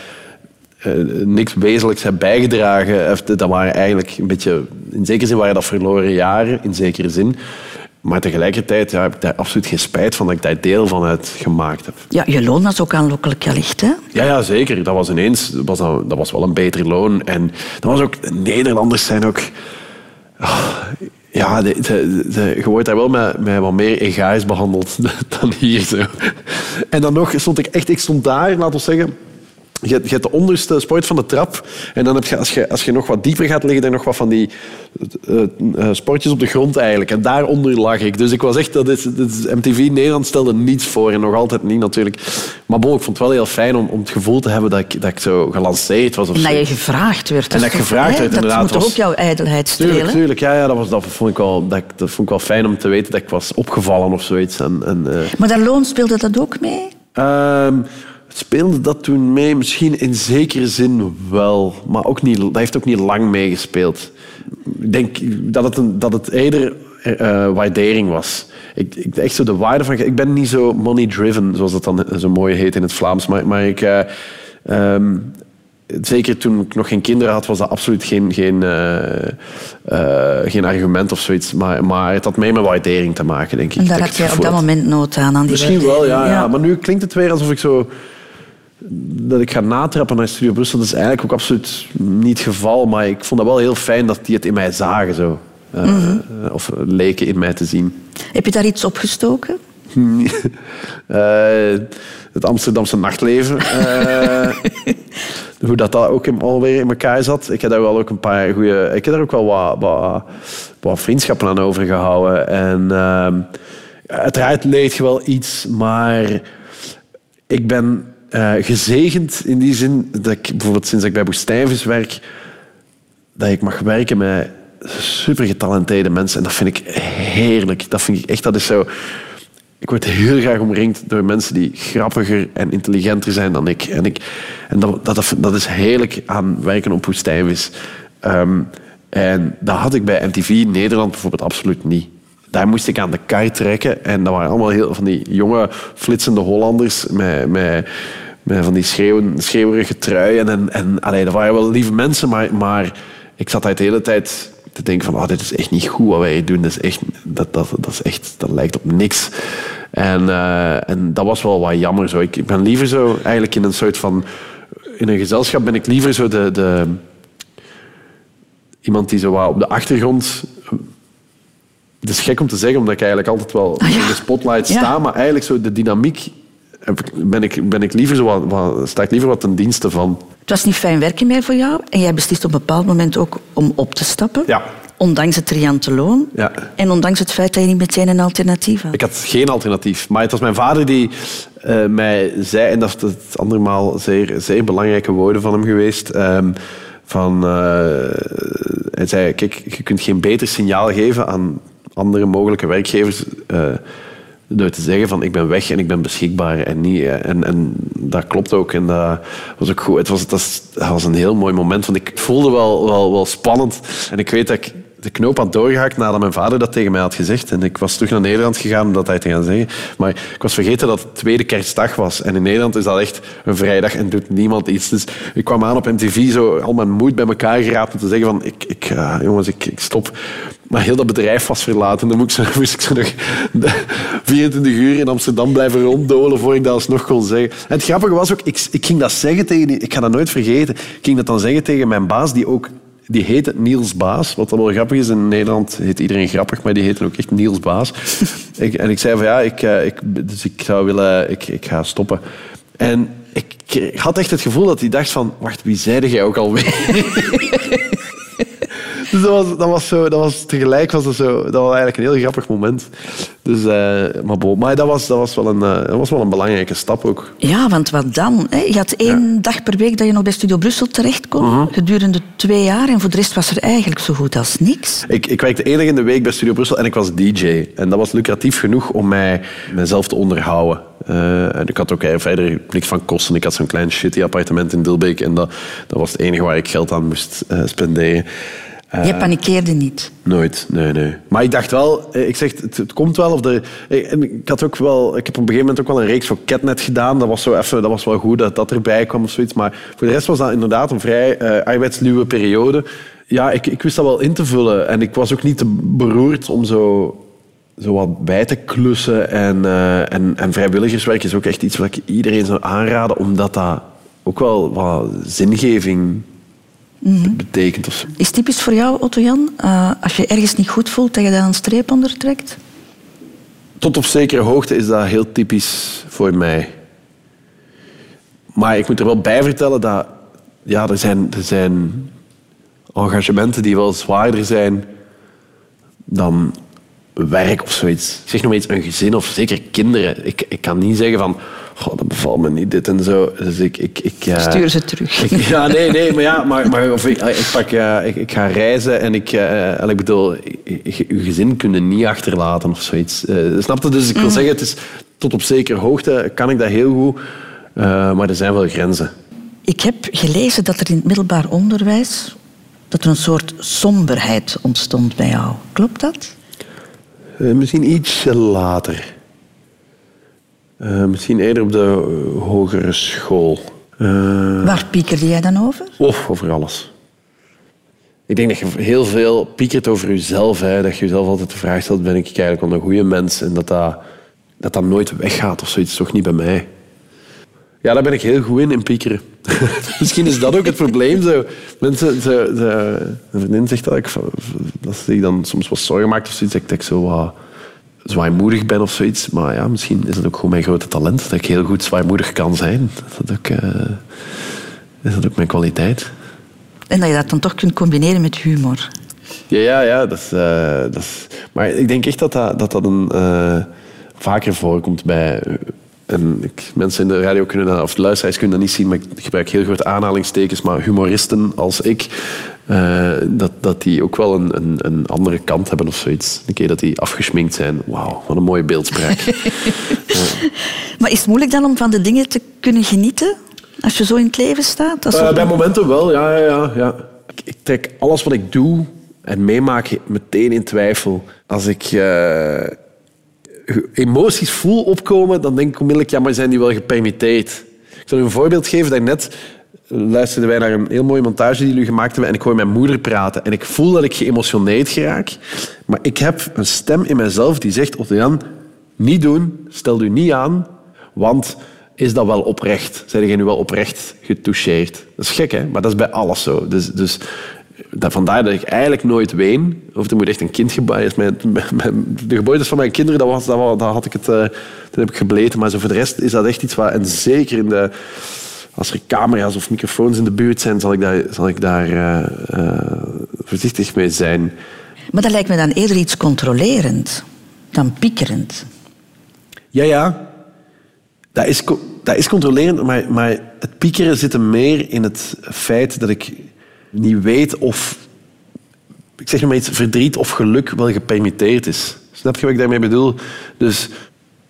uh, niks wezenlijks heb bijgedragen, dat waren eigenlijk een beetje, in zekere zin waren dat verloren jaren, in zekere zin. Maar tegelijkertijd ja, heb ik daar absoluut geen spijt van dat ik daar deel van uitgemaakt heb. Ja, je loon was ook aanlokkelijk allicht, hè? Ja, ja, zeker. Dat was ineens, dat was, dat was wel een beter loon. En dat was ook, Nederlanders zijn ook... Oh, ja, de, de, de, je wordt daar wel met, met wat meer ega's behandeld dan hier. Zo. En dan nog stond ik echt, ik stond daar, laten we zeggen... Je hebt, je hebt de onderste sport van de trap. En dan heb je, als je, als je nog wat dieper gaat liggen, er nog wat van die uh, uh, sportjes op de grond eigenlijk. En daaronder lag ik. Dus ik was echt, dat is, dat is, M T V Nederland stelde niets voor. En nog altijd niet natuurlijk. Maar bon, ik vond het wel heel fijn om, om het gevoel te hebben dat ik, dat ik zo gelanceerd was. Of en dat zo. je gevraagd werd. En dat ik gevraagd werd, dat inderdaad. Dat moet toch ook jouw ijdelheid strelen? Tuurlijk, tuurlijk. Ja, ja, dat, was, dat, vond ik wel, dat, dat vond ik wel fijn om te weten dat ik was opgevallen of zoiets. En, en, uh... Maar dat loon, speelde dat ook mee? Uh, Speelde dat toen mee? Misschien in zekere zin wel. Maar ook niet, dat heeft ook niet lang meegespeeld. Ik denk dat het, een, dat het eerder uh, waardering was. Ik, ik, echt zo de waarde van... Ik ben niet zo money-driven, zoals dat dan zo mooi heet in het Vlaams. Maar, maar ik... Uh, um, zeker toen ik nog geen kinderen had, was dat absoluut geen, geen, uh, uh, geen argument of zoiets. Maar, maar het had mee met waardering te maken, denk ik. En daar had jij op dat moment nood aan, aan die Misschien wel, ja, ja. ja. Maar nu klinkt het weer alsof ik zo... dat ik ga natrappen naar Studio Brussel. Dat is eigenlijk ook absoluut niet het geval. Maar ik vond dat wel heel fijn dat die het in mij zagen. Zo. Uh, mm-hmm. Of leken in mij te zien. Heb je daar iets opgestoken? uh, het Amsterdamse nachtleven. Uh, hoe dat, dat ook in, alweer in elkaar zat. Ik heb daar wel ook een paar goede. Ik heb daar ook wel wat, wat, wat vriendschappen aan overgehouden. En uh, uiteraard leed je wel iets, maar ik ben uh, gezegend in die zin dat ik bijvoorbeeld sinds ik bij Woestijnvis werk, dat ik mag werken met super getalenteerde mensen. En dat vind ik heerlijk. Dat vind ik echt, dat is zo. Ik word heel graag omringd door mensen die grappiger en intelligenter zijn dan ik. En, ik, en dat, dat, dat is heerlijk aan werken op Woestijnvis. Um, en dat had ik bij M T V Nederland bijvoorbeeld absoluut niet. Daar moest ik aan de kar trekken. En dat waren allemaal heel van die jonge, flitsende Hollanders met, met, met van die schreeuwen, schreeuwerige truien. En, en, allee, dat waren wel lieve mensen, maar, maar ik zat daar de hele tijd te denken van, oh, dit is echt niet goed wat wij hier doen. Dat, is echt, dat, dat, dat, is echt, dat lijkt op niks. En, uh, en dat was wel wat jammer. Zo. Ik, ik ben liever zo eigenlijk in een soort van... In een gezelschap ben ik liever zo de... de iemand die zo wat op de achtergrond... Het is gek om te zeggen, omdat ik eigenlijk altijd wel ah, ja. in de spotlight sta, ja. maar eigenlijk zo de dynamiek ben ik, ben ik liever zo wat, wat, sta ik liever wat ten dienste van. Het was niet fijn werken meer voor jou en jij beslist op een bepaald moment ook om op te stappen. Ja. Ondanks het riante loon ja. en ondanks het feit dat je niet meteen een alternatief had. Ik had geen alternatief, maar het was mijn vader die uh, mij zei, en dat is het andermaal zeer, zeer belangrijke woorden van hem geweest, um, van, uh, hij zei, kijk, je kunt geen beter signaal geven aan andere mogelijke werkgevers uh, Door te zeggen van ik ben weg en ik ben beschikbaar en niet. En, en dat klopt ook. En dat was ook goed. Het was, dat was een heel mooi moment. Want ik voelde wel, wel, wel spannend. En ik weet dat ik de knoop had doorgehakt nadat mijn vader dat tegen mij had gezegd. En ik was terug naar Nederland gegaan om dat hij te gaan zeggen. Maar ik was vergeten dat het tweede kerstdag was. En in Nederland is dat echt een vrijdag en doet niemand iets. Dus ik kwam aan op M T V, zo al mijn moed bij elkaar geraapt om te zeggen van ik, ik, uh, jongens, ik, ik stop. Maar heel dat bedrijf was verlaten. Dan moest ik zo, moest ik zo nog vierentwintig uur in Amsterdam blijven ronddolen voor ik dat alsnog kon zeggen. En het grappige was ook, ik, ik ging dat zeggen tegen die, ik ga dat nooit vergeten, ik ging dat dan zeggen tegen mijn baas, die ook, die heette Niels Baas. Wat wel grappig is, in Nederland heet iedereen grappig, maar die heette ook echt Niels Baas. ik, en ik zei van ja, ik, ik, dus ik zou willen, ik, ik ga stoppen. En ik, ik had echt het gevoel dat hij dacht van, wacht, wie zeide jij ook alweer? Dus dat was, dat was zo, dat was tegelijk was dat zo, dat was eigenlijk een heel grappig moment. Dus, uh, maar bo, maar dat was, dat, was wel een, uh, dat was wel een belangrijke stap ook. Ja, want wat dan? Hè? Je had één ja. dag per week dat je nog bij Studio Brussel terecht kon, uh-huh. gedurende twee jaar. En voor de rest was er eigenlijk zo goed als niks. Ik, ik werkte één dag in de week bij Studio Brussel en ik was D J. En dat was lucratief genoeg om mij, mijzelf te onderhouden. Uh, en ik had ook verder niks van kosten. Ik had zo'n klein shitty appartement in Dilbeek en dat, dat was het enige waar ik geld aan moest uh, spenderen. Uh, je panikeerde niet? Nooit, nee, nee. Maar ik dacht wel, ik zeg, het, het komt wel. Of er, en ik, had ook wel, ik heb op een gegeven moment ook wel een reeks voor Catnet gedaan. Dat was, zo even, dat was wel goed dat dat erbij kwam of zoiets. Maar voor de rest was dat inderdaad een vrij uh, arbeidsluwe periode. Ja, ik, ik wist dat wel in te vullen. En ik was ook niet te beroerd om zo, zo wat bij te klussen. En, uh, en, en vrijwilligerswerk is ook echt iets wat ik iedereen zou aanraden, omdat dat ook wel wat zingeving Mm-hmm. betekent. Of zo. Is typisch voor jou, Otto-Jan, uh, als je ergens niet goed voelt, dat je daar een streep onder trekt? Tot op zekere hoogte is dat heel typisch voor mij. Maar ik moet er wel bij vertellen dat ja, er zijn, er zijn engagementen die wel zwaarder zijn dan werk of zoiets. Ik zeg nog maar iets, een gezin of zeker kinderen. Ik, ik kan niet zeggen van, goh, dat bevalt me niet, dit en zo. Dus ik, ik, ik, uh, Stuur ze terug. Ik, ja, nee, nee, maar ja, maar, maar of ik, ik, pak, uh, ik, ik ga reizen en ik, uh, en ik bedoel, je gezin kun je niet achterlaten of zoiets. Uh, snap je? Dus ik wil mm. zeggen, het is tot op zekere hoogte kan ik dat heel goed, uh, maar er zijn wel grenzen. Ik heb gelezen dat er in het middelbaar onderwijs dat er een soort somberheid ontstond bij jou. Klopt dat? Uh, misschien iets later. Uh, misschien eerder op de uh, hogere school. Uh, Waar piekerde jij dan over? Oh, over alles. Ik denk dat je heel veel piekert over jezelf. Hè. Dat je jezelf altijd de vraag stelt, ben ik eigenlijk wel een goede mens? En dat dat, dat dat nooit weggaat of zoiets. Toch niet bij mij. Ja, daar ben ik heel goed in, in piekeren. Misschien is dat ook het probleem. Zo. Mensen, zo, zo, een vriendin zegt dat ik, dat ze zich dan soms wat zorgen maakt of zoiets. Dat ik zo wat zwaarmoedig ben of zoiets. Maar ja, misschien is dat ook gewoon mijn grote talent. Dat ik heel goed zwaarmoedig kan zijn. Dat dat ook, uh, is dat ook mijn kwaliteit. En dat je dat dan toch kunt combineren met humor. Ja, ja, ja. Dat is, uh, dat is, maar ik denk echt dat dat, dat, dat een, uh, vaker voorkomt bij... Uh, En ik, mensen in de radio kunnen dat, of de luisteraars kunnen dat niet zien, maar ik gebruik heel grote aanhalingstekens. Maar humoristen als ik, uh, dat, dat die ook wel een, een, een andere kant hebben of zoiets. Een keer dat die afgeschminkt zijn. Wauw, wat een mooie beeldspraak. Ja. Maar is het moeilijk dan om van de dingen te kunnen genieten? Als je zo in het leven staat? Als uh, bij momenten wel, ja. ja, ja, ja. Ik, ik trek alles wat ik doe en meemaak meteen in twijfel. Als ik... Uh, emoties voel opkomen, dan denk ik onmiddellijk, ja, maar zijn die wel gepermitteerd? Ik zal u een voorbeeld geven. Daarnet luisterden wij naar een heel mooie montage die jullie gemaakt hebben en ik hoor mijn moeder praten en ik voel dat ik geëmotioneerd geraak. Maar ik heb een stem in mezelf die zegt, Otto-Jan, niet doen, stel u niet aan, want is dat wel oprecht? Zijn jij nu wel oprecht getoucheerd? Dat is gek, hè? Maar dat is bij alles zo. Dus... dus Dat, vandaar dat ik eigenlijk nooit ween. Of er moet echt een kind geboren zijn. De geboortes van mijn kinderen, dat, was, dat, was, dat had ik het, uh, dat heb ik gebleten. Maar zo voor de rest is dat echt iets wat... En zeker in de, als er camera's of microfoons in de buurt zijn, zal ik daar, zal ik daar uh, uh, voorzichtig mee zijn. Maar dat lijkt me dan eerder iets controlerend dan piekerend. Ja, ja. Dat is, dat is controlerend, maar, maar het piekeren zit er meer in het feit dat ik... niet weet of, ik zeg nog maar iets, verdriet of geluk wel gepermitteerd is. Snap je wat ik daarmee bedoel? Dus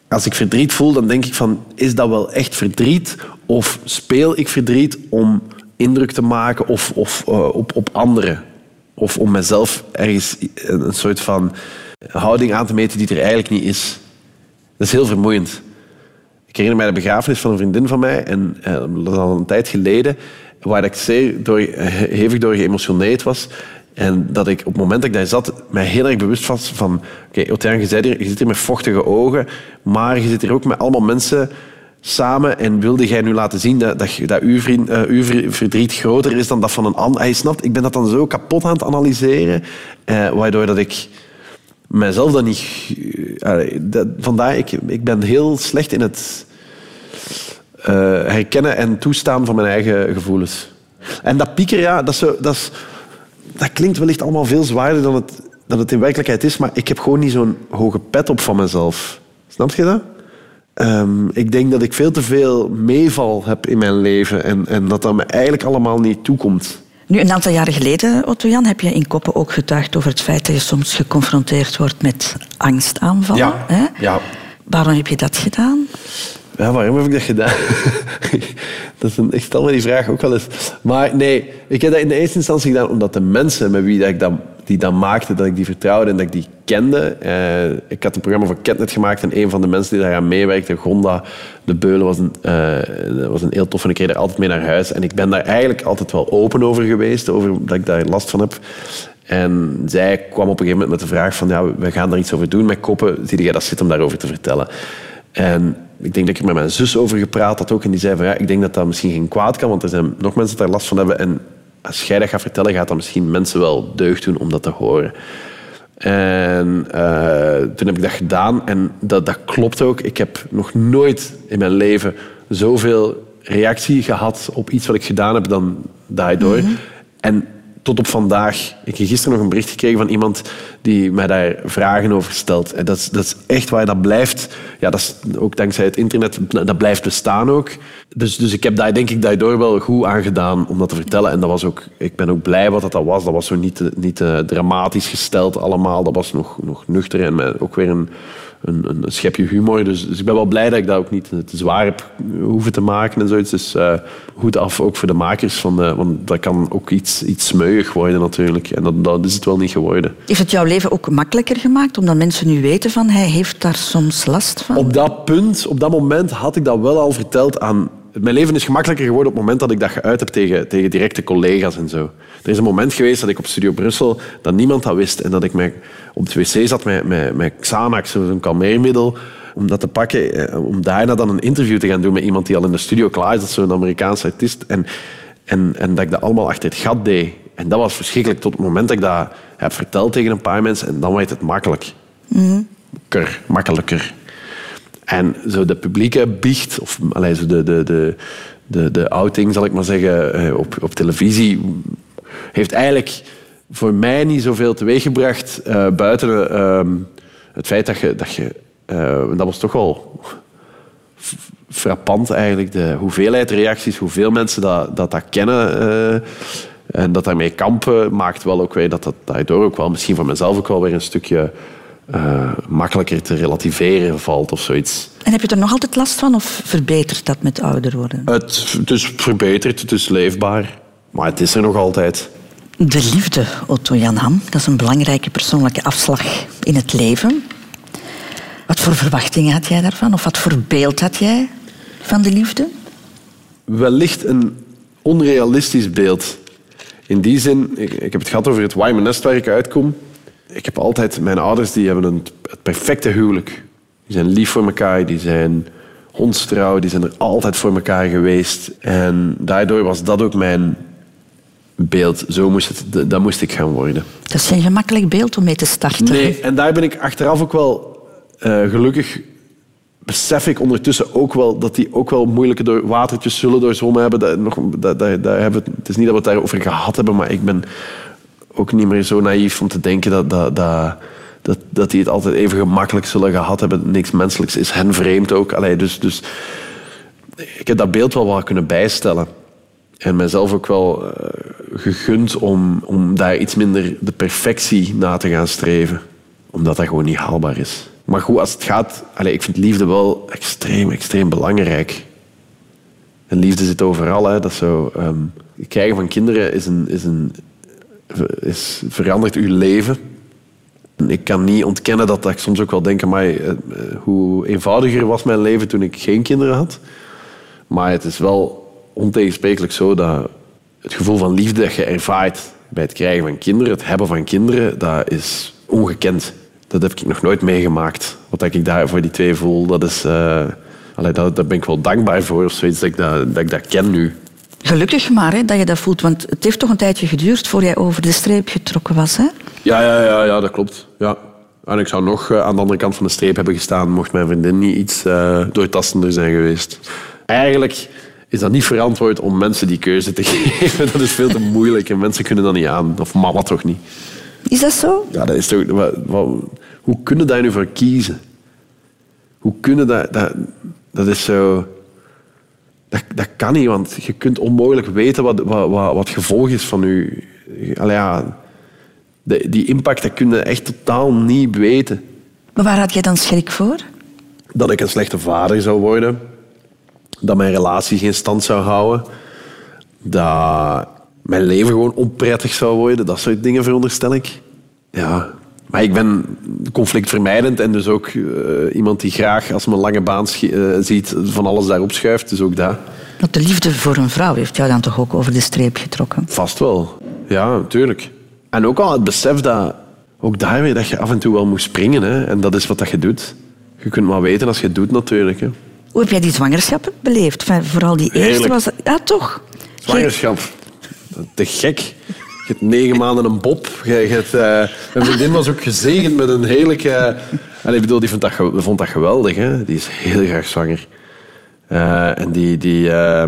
als ik verdriet voel, dan denk ik van, is dat wel echt verdriet? Of speel ik verdriet om indruk te maken of, of uh, op, op anderen? Of om mezelf ergens een, een soort van houding aan te meten die er eigenlijk niet is. Dat is heel vermoeiend. Ik herinner mij de begrafenis van een vriendin van mij, en uh, dat is al een tijd geleden, waar ik zeer door, hevig door geëmotioneerd was. En dat ik op het moment dat ik daar zat, mij heel erg bewust was van... Oké, okay, Otiaan, je, je zit hier met vochtige ogen, maar je zit hier ook met allemaal mensen samen. En wilde jij nu laten zien dat, dat, dat uw, vriend, uh, uw verdriet groter is dan dat van een ander? Hij snapt, ik ben dat dan zo kapot aan het analyseren, uh, waardoor dat ik mijzelf dan niet... Uh, dat, vandaar, ik, ik ben heel slecht in het uh, herkennen en toestaan van mijn eigen gevoelens. En dat piekeren, ja, dat is... Zo, dat is Dat klinkt wellicht allemaal veel zwaarder dan het, dan het in werkelijkheid is, maar ik heb gewoon niet zo'n hoge pet op van mezelf. Snap je dat? Um, ik denk dat ik veel te veel meeval heb in mijn leven en, en dat dat me eigenlijk allemaal niet toekomt. Nu, een aantal jaren geleden, Otto-Jan, heb je in Koppen ook getuigd over het feit dat je soms geconfronteerd wordt met angstaanvallen. Ja, hè? ja. Waarom heb je dat gedaan? Ja, waarom heb ik dat gedaan? dat is een, ik stel me die vraag ook wel eens. Maar nee, ik heb dat in de eerste instantie gedaan omdat de mensen met wie dat ik dat, die dat maakten, dat ik die vertrouwde en dat ik die kende. Eh, ik had een programma voor Ketnet gemaakt en een van de mensen die daaraan meewerkte, Gonda de Beulen, was een, uh, was een heel tof en ik reed er altijd mee naar huis. En ik ben daar eigenlijk altijd wel open over geweest, over dat ik daar last van heb. En zij kwam op een gegeven moment met de vraag van, ja, we gaan daar iets over doen met Koppen. Zie jij dat zit om daarover te vertellen? En ik denk dat ik er met mijn zus over gepraat had ook. En die zei van, ja, ik denk dat dat misschien geen kwaad kan, want er zijn nog mensen die daar last van hebben. En als jij dat gaat vertellen, gaat dat misschien mensen wel deugd doen om dat te horen. En uh, toen heb ik dat gedaan. En dat, dat klopt ook. Ik heb nog nooit in mijn leven zoveel reactie gehad op iets wat ik gedaan heb dan daardoor. Mm-hmm. En tot op vandaag. Ik heb gisteren nog een bericht gekregen van iemand die mij daar vragen over stelt. En dat is, dat is echt waar dat blijft. Ja, dat is ook dankzij het internet. Dat blijft bestaan ook. Dus, dus ik heb daar denk ik daardoor wel goed aan gedaan om dat te vertellen. En dat was ook, ik ben ook blij wat dat, dat was. Dat was zo niet, niet uh, dramatisch gesteld allemaal. Dat was nog, nog nuchter en met ook weer een, een, een schepje humor. Dus, dus ik ben wel blij dat ik dat ook niet te zwaar heb hoeven te maken en zoiets. Dus uh, goed af ook voor de makers. Van de, want dat kan ook iets, iets smeuig worden natuurlijk. En dat, dat is het wel niet geworden. Heeft het jouw leven ook makkelijker gemaakt? Omdat mensen nu weten van hij heeft daar soms last van? Op dat punt, op dat moment had ik dat wel al verteld aan... Mijn leven is gemakkelijker geworden op het moment dat ik dat geuit heb tegen, tegen directe collega's en zo. Er is een moment geweest dat ik op Studio Brussel dat niemand dat wist en dat ik mij op het wc zat met, met, met Xanax, zo'n kalmeermiddel, om dat te pakken, om daarna dan een interview te gaan doen met iemand die al in de studio klaar is, dat is zo'n Amerikaanse artiest. En, en, en dat ik dat allemaal achter het gat deed. En dat was verschrikkelijk tot het moment dat ik dat heb verteld tegen een paar mensen en dan werd het makkelijk. Mm-hmm. Makkelijker, makkelijker. En zo de publieke biecht, of allee, zo de, de, de, de, de outing, zal ik maar zeggen, op, op televisie, heeft eigenlijk voor mij niet zoveel teweeggebracht, uh, buiten uh, het feit dat je... Dat, je uh, dat was toch wel frappant eigenlijk, de hoeveelheid reacties, hoeveel mensen dat, dat, dat kennen uh, en dat daarmee kampen, maakt wel ook weer dat dat daardoor ook wel, misschien voor mezelf ook wel weer een stukje... Uh, makkelijker te relativeren valt of zoiets. En heb je er nog altijd last van of verbetert dat met ouder worden? Het, het is verbeterd, het is leefbaar, maar het is er nog altijd. De liefde, Otto-Jan Ham, dat is een belangrijke persoonlijke afslag in het leven. Wat voor verwachtingen had jij daarvan? Of wat voor beeld had jij van de liefde? Wellicht een onrealistisch beeld. In die zin, ik, ik heb het gehad over het Waimenest waar ik uitkom. Ik heb altijd... Mijn ouders die hebben een, het perfecte huwelijk. Die zijn lief voor elkaar, die zijn hondstrouw, die zijn er altijd voor elkaar geweest. En daardoor was dat ook mijn beeld. Zo moest het, dat moest ik gaan worden. Dat is geen gemakkelijk beeld om mee te starten. Nee, en daar ben ik achteraf ook wel uh, gelukkig... besef ik ondertussen ook wel dat die ook wel moeilijke door, watertjes zullen doorzwommen hebben. Dat, nog, dat, dat, dat hebben het, het is niet dat we het daarover gehad hebben, maar ik ben... ook niet meer zo naïef om te denken dat, dat, dat, dat, dat die het altijd even gemakkelijk zullen gehad hebben. Niks menselijks is hen vreemd ook. Allee, dus, dus ik heb dat beeld wel wat kunnen bijstellen. En mezelf ook wel uh, gegund om, om daar iets minder de perfectie na te gaan streven. Omdat dat gewoon niet haalbaar is. Maar goed, als het gaat... Allez, ik vind liefde wel extreem, extreem belangrijk. En liefde zit overal. Hè. Dat is zo, um, het krijgen van kinderen is een, is een, is, verandert uw leven. En ik kan niet ontkennen dat, dat ik soms ook wel denk... Maar, uh, hoe eenvoudiger was mijn leven toen ik geen kinderen had. Maar het is wel ontegensprekelijk zo dat het gevoel van liefde dat je ervaart bij het krijgen van kinderen, het hebben van kinderen, dat is ongekend. Dat heb ik nog nooit meegemaakt. Wat ik daar voor die twee voel, dat is... Uh, allee, dat, daar ben ik wel dankbaar voor, of zoiets, dat ik dat, dat ik dat ken nu. Gelukkig maar hè, dat je dat voelt, want het heeft toch een tijdje geduurd voor jij over de streep getrokken was, hè? Ja, ja, ja, ja dat klopt. Ja. En ik zou nog uh, aan de andere kant van de streep hebben gestaan, mocht mijn vriendin niet iets uh, doortastender zijn geweest. Eigenlijk is dat niet verantwoord om mensen die keuze te geven. Dat is veel te moeilijk en mensen kunnen dat niet aan. Of mama toch niet. Is dat zo? Ja, dat is toch... Wat, wat, hoe kunnen daar nu voor kiezen? Hoe kunnen dat... Dat, dat is zo... Dat, dat kan niet, want je kunt onmogelijk weten wat, wat, wat, wat het gevolg is van je... Allee, ja, de, die impact, dat kun je echt totaal niet weten. Maar waar had jij dan schrik voor? Dat ik een slechte vader zou worden. Dat mijn relatie geen stand zou houden. Dat mijn leven gewoon onprettig zou worden. Dat soort dingen veronderstel ik. Ja, maar ik ben conflictvermijdend en dus ook uh, iemand die graag, als men een lange baan schi- uh, ziet, van alles daarop schuift. Dus ook dat. Want de liefde voor een vrouw heeft jou dan toch ook over de streep getrokken? Vast wel. Ja, natuurlijk. En ook al het besef dat, ook daar weer, dat je af en toe wel moet springen. Hè. En dat is wat dat je doit. Je kunt maar weten als je het doet, natuurlijk. Hè. Hoe heb jij die zwangerschap beleefd? Enfin, vooral die eerste Heerlijk. was... Ja, toch? Zwangerschap. Te gek. Je hebt negen maanden een bob. Je, je hebt, uh, mijn vriendin was ook gezegend met een heerlijke... Uh, ik bedoel, die vond dat, vond dat geweldig. Hè. Die is heel graag zwanger. Uh, en die... die uh,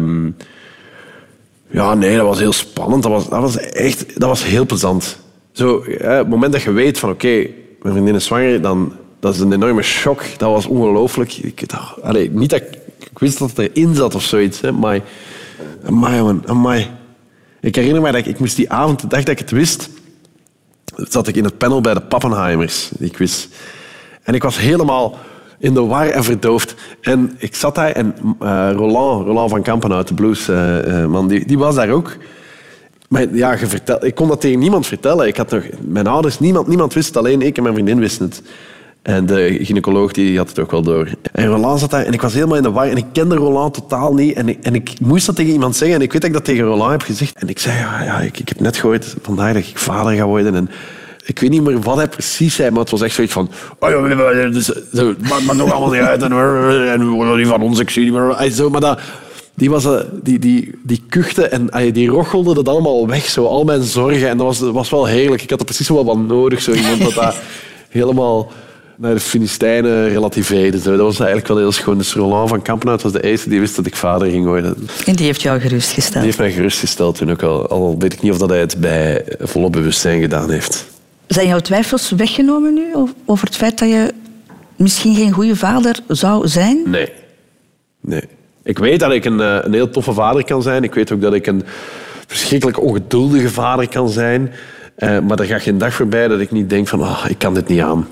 ja, nee, dat was heel spannend. Dat was, dat was echt... Dat was heel plezant. Zo, uh, het moment dat je weet van... Oké, okay, mijn vriendin is zwanger, dan... Dat is een enorme shock. Dat was ongelooflijk. Ik, allee, niet dat ik, ik wist dat het erin zat of zoiets. Hè, maar... Amai, man. Amai. Ik herinner me dat ik, ik moest die avond, de dag dat ik het wist, zat ik in het panel bij de Pappenheimers, die quiz. En ik was helemaal in de war en verdoofd. En ik zat daar en uh, Roland, Roland van Kampen uit de blues, uh, uh, man, die, die was daar ook. Maar ja, je vertel, ik kon dat tegen niemand vertellen. Ik had nog, mijn ouders, niemand, niemand wist het, alleen ik en mijn vriendin wisten het. En de gynaecoloog die had het ook wel door. En Roland zat daar en ik was helemaal in de war. En ik kende Roland totaal niet. En ik, en ik moest dat tegen iemand zeggen. En ik weet dat ik dat tegen Roland heb gezegd. En ik zei, ja, ja ik, ik heb net gehoord vandaag dat ik vader ga worden. En ik weet niet meer wat hij precies zei, maar het was echt zoiets van... Oh ja, dus, zo, maakt maar nog allemaal niet uit. En, en we worden niet van ons, ik zie niet meer. Zo, maar dat, die, was, die, die, die kuchte en die rochelde dat allemaal weg. Zo, al mijn zorgen. En dat was, dat was wel heerlijk. Ik had er precies wel wat nodig. Zo iemand dat dat helemaal... naar de Filistijnen relativeerde. Dat was eigenlijk wel heel schoon. Dus Roland van Kampenuit was de eerste die wist dat ik vader ging worden. En die heeft jou gerustgesteld? Die heeft mij gerustgesteld toen ook al. Al weet ik niet of dat hij het bij volop bewustzijn gedaan heeft. Zijn jouw twijfels weggenomen nu over het feit dat je misschien geen goede vader zou zijn? Nee. Nee. Ik weet dat ik een, een heel toffe vader kan zijn. Ik weet ook dat ik een verschrikkelijk ongeduldige vader kan zijn. Uh, maar er gaat geen dag voorbij dat ik niet denk van... Oh, ik kan dit niet aan.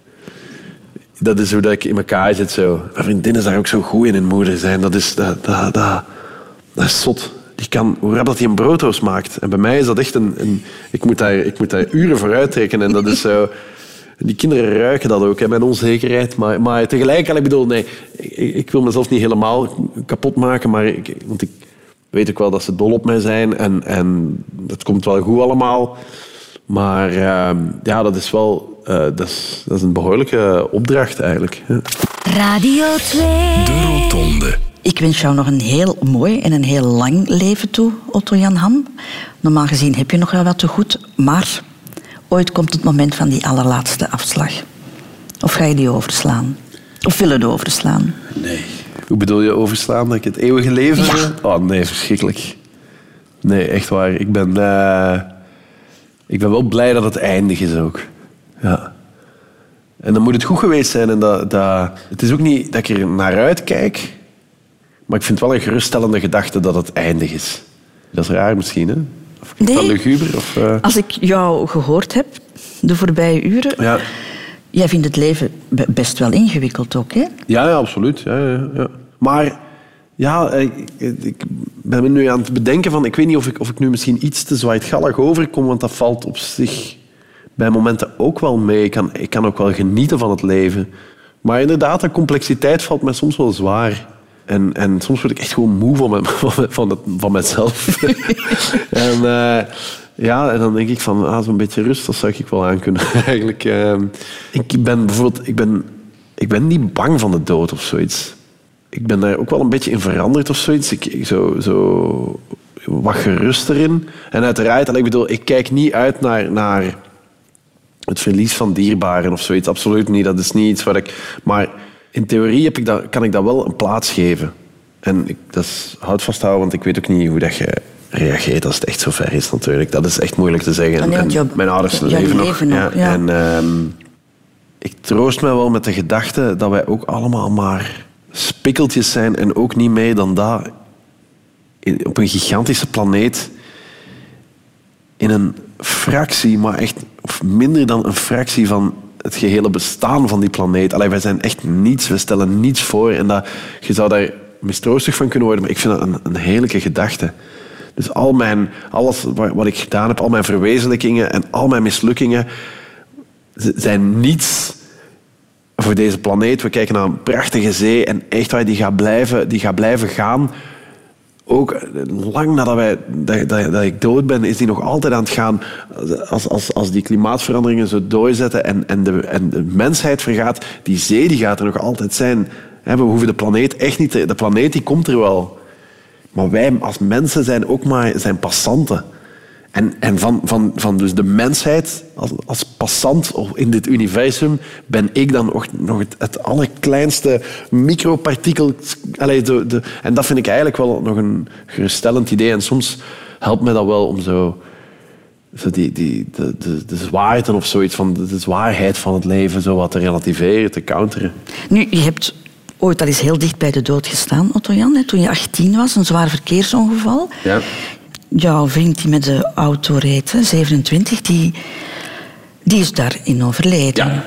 Dat is hoe dat ik in elkaar zit. Zo. Mijn vriendin is daar ook zo goed in, in moeder zijn. Dat is, dat, dat, dat, dat is zot. Die kan, hoe rap dat hij een broodroost maakt. En bij mij is dat echt een... een ik, moet daar, ik moet daar uren voor uittrekken. En dat is zo... Die kinderen ruiken dat ook, hè, mijn onzekerheid. Maar, maar tegelijk, ik bedoel, nee, ik, ik wil mezelf niet helemaal kapot maken. Maar ik, want ik weet ook wel dat ze dol op mij zijn. En, en dat komt wel goed allemaal. Maar uh, ja, dat is wel... Uh, dat, is, dat is een behoorlijke opdracht eigenlijk. Ja. Radio twee. De Rotonde. Ik wens jou nog een heel mooi en een heel lang leven toe, Otto-Jan Ham. Normaal gezien heb je nog wel wat te goed, maar ooit komt het moment van die allerlaatste afslag. Of ga je die overslaan? Of willen je overslaan? Nee. Hoe bedoel je overslaan? Dat ik het eeuwige leven... Ja. Oh nee, verschrikkelijk. Nee, echt waar. Ik ben, uh, ik ben wel blij dat het eindig is ook. Ja. En dan moet het goed geweest zijn. En dat, dat, het is ook niet dat ik er naar uitkijk, maar ik vind het wel een geruststellende gedachte dat het eindig is. Dat is raar misschien, hè? Of is nee. dat luguber? Of, uh... Als ik jou gehoord heb, de voorbije uren, ja. Jij vindt het leven best wel ingewikkeld ook, hè? Ja, ja absoluut. Ja, ja, ja. Maar ja, ik, ik ben me nu aan het bedenken van... Ik weet niet of ik, of ik nu misschien iets te zwaaigallig overkom, want dat valt op zich bij momenten ook wel mee. Ik kan, ik kan ook wel genieten van het leven. Maar inderdaad, de complexiteit valt mij soms wel zwaar. En, en soms word ik echt gewoon moe van, mijn, van, het, van mezelf. en... Uh, Ja, en dan denk ik van, ah, zo'n beetje rust, dat zou ik wel aan kunnen. Eigenlijk, uh, ik ben bijvoorbeeld, ik ben, ik ben niet bang van de dood of zoiets. Ik ben daar ook wel een beetje in veranderd of zoiets. Ik, ik zo, zo wat gerust erin. En uiteraard, ik bedoel, ik kijk niet uit naar, naar het verlies van dierbaren of zoiets. Absoluut niet, dat is niet iets wat ik... Maar in theorie heb ik dat, kan ik dat wel een plaats geven. En ik, dat is, houd vasthouden, want ik weet ook niet hoe dat je... reageert als het echt zo ver is natuurlijk. Dat is echt moeilijk te zeggen. Nee, en je, mijn ouders je, leven nog. leven nog ja. Ja. En uh, ik troost me wel met de gedachte dat wij ook allemaal maar spikkeltjes zijn en ook niet meer dan dat in, op een gigantische planeet in een fractie, maar echt of minder dan een fractie van het gehele bestaan van die planeet. Allee, wij zijn echt niets, we stellen niets voor en dat, je zou daar mistroostig van kunnen worden, maar ik vind dat een, een heerlijke gedachte. Dus al mijn, alles wat ik gedaan heb, al mijn verwezenlijkingen en al mijn mislukkingen zijn niets voor deze planeet. We kijken naar een prachtige zee en echt waar die gaat blijven, die gaat blijven gaan. Ook lang nadat wij, dat, dat, dat ik dood ben, is die nog altijd aan het gaan. Als, als, als die klimaatveranderingen zo doorzetten en, en, de, en de mensheid vergaat, die zee die gaat er nog altijd zijn. We hoeven de planeet echt niet te... De planeet die komt er wel. Maar wij als mensen zijn ook maar zijn passanten. En, en van, van, van dus de mensheid als, als passant in dit universum ben ik dan nog, nog het, het allerkleinste micropartikel. Allez, de, de, en dat vind ik eigenlijk wel nog een geruststellend idee. En soms helpt mij dat wel om zo, zo die, die, de, de, de zwaarte of zoiets van de, de zwaarheid van het leven zo wat te relativeren, te counteren. Nu, je hebt ooit al eens heel dicht bij de dood gestaan, Otto-Jan, toen je achttien was, een zwaar verkeersongeval. Ja. Jouw vriend die met de auto reed, zevenentwintig, die, die is daarin overleden. Ja.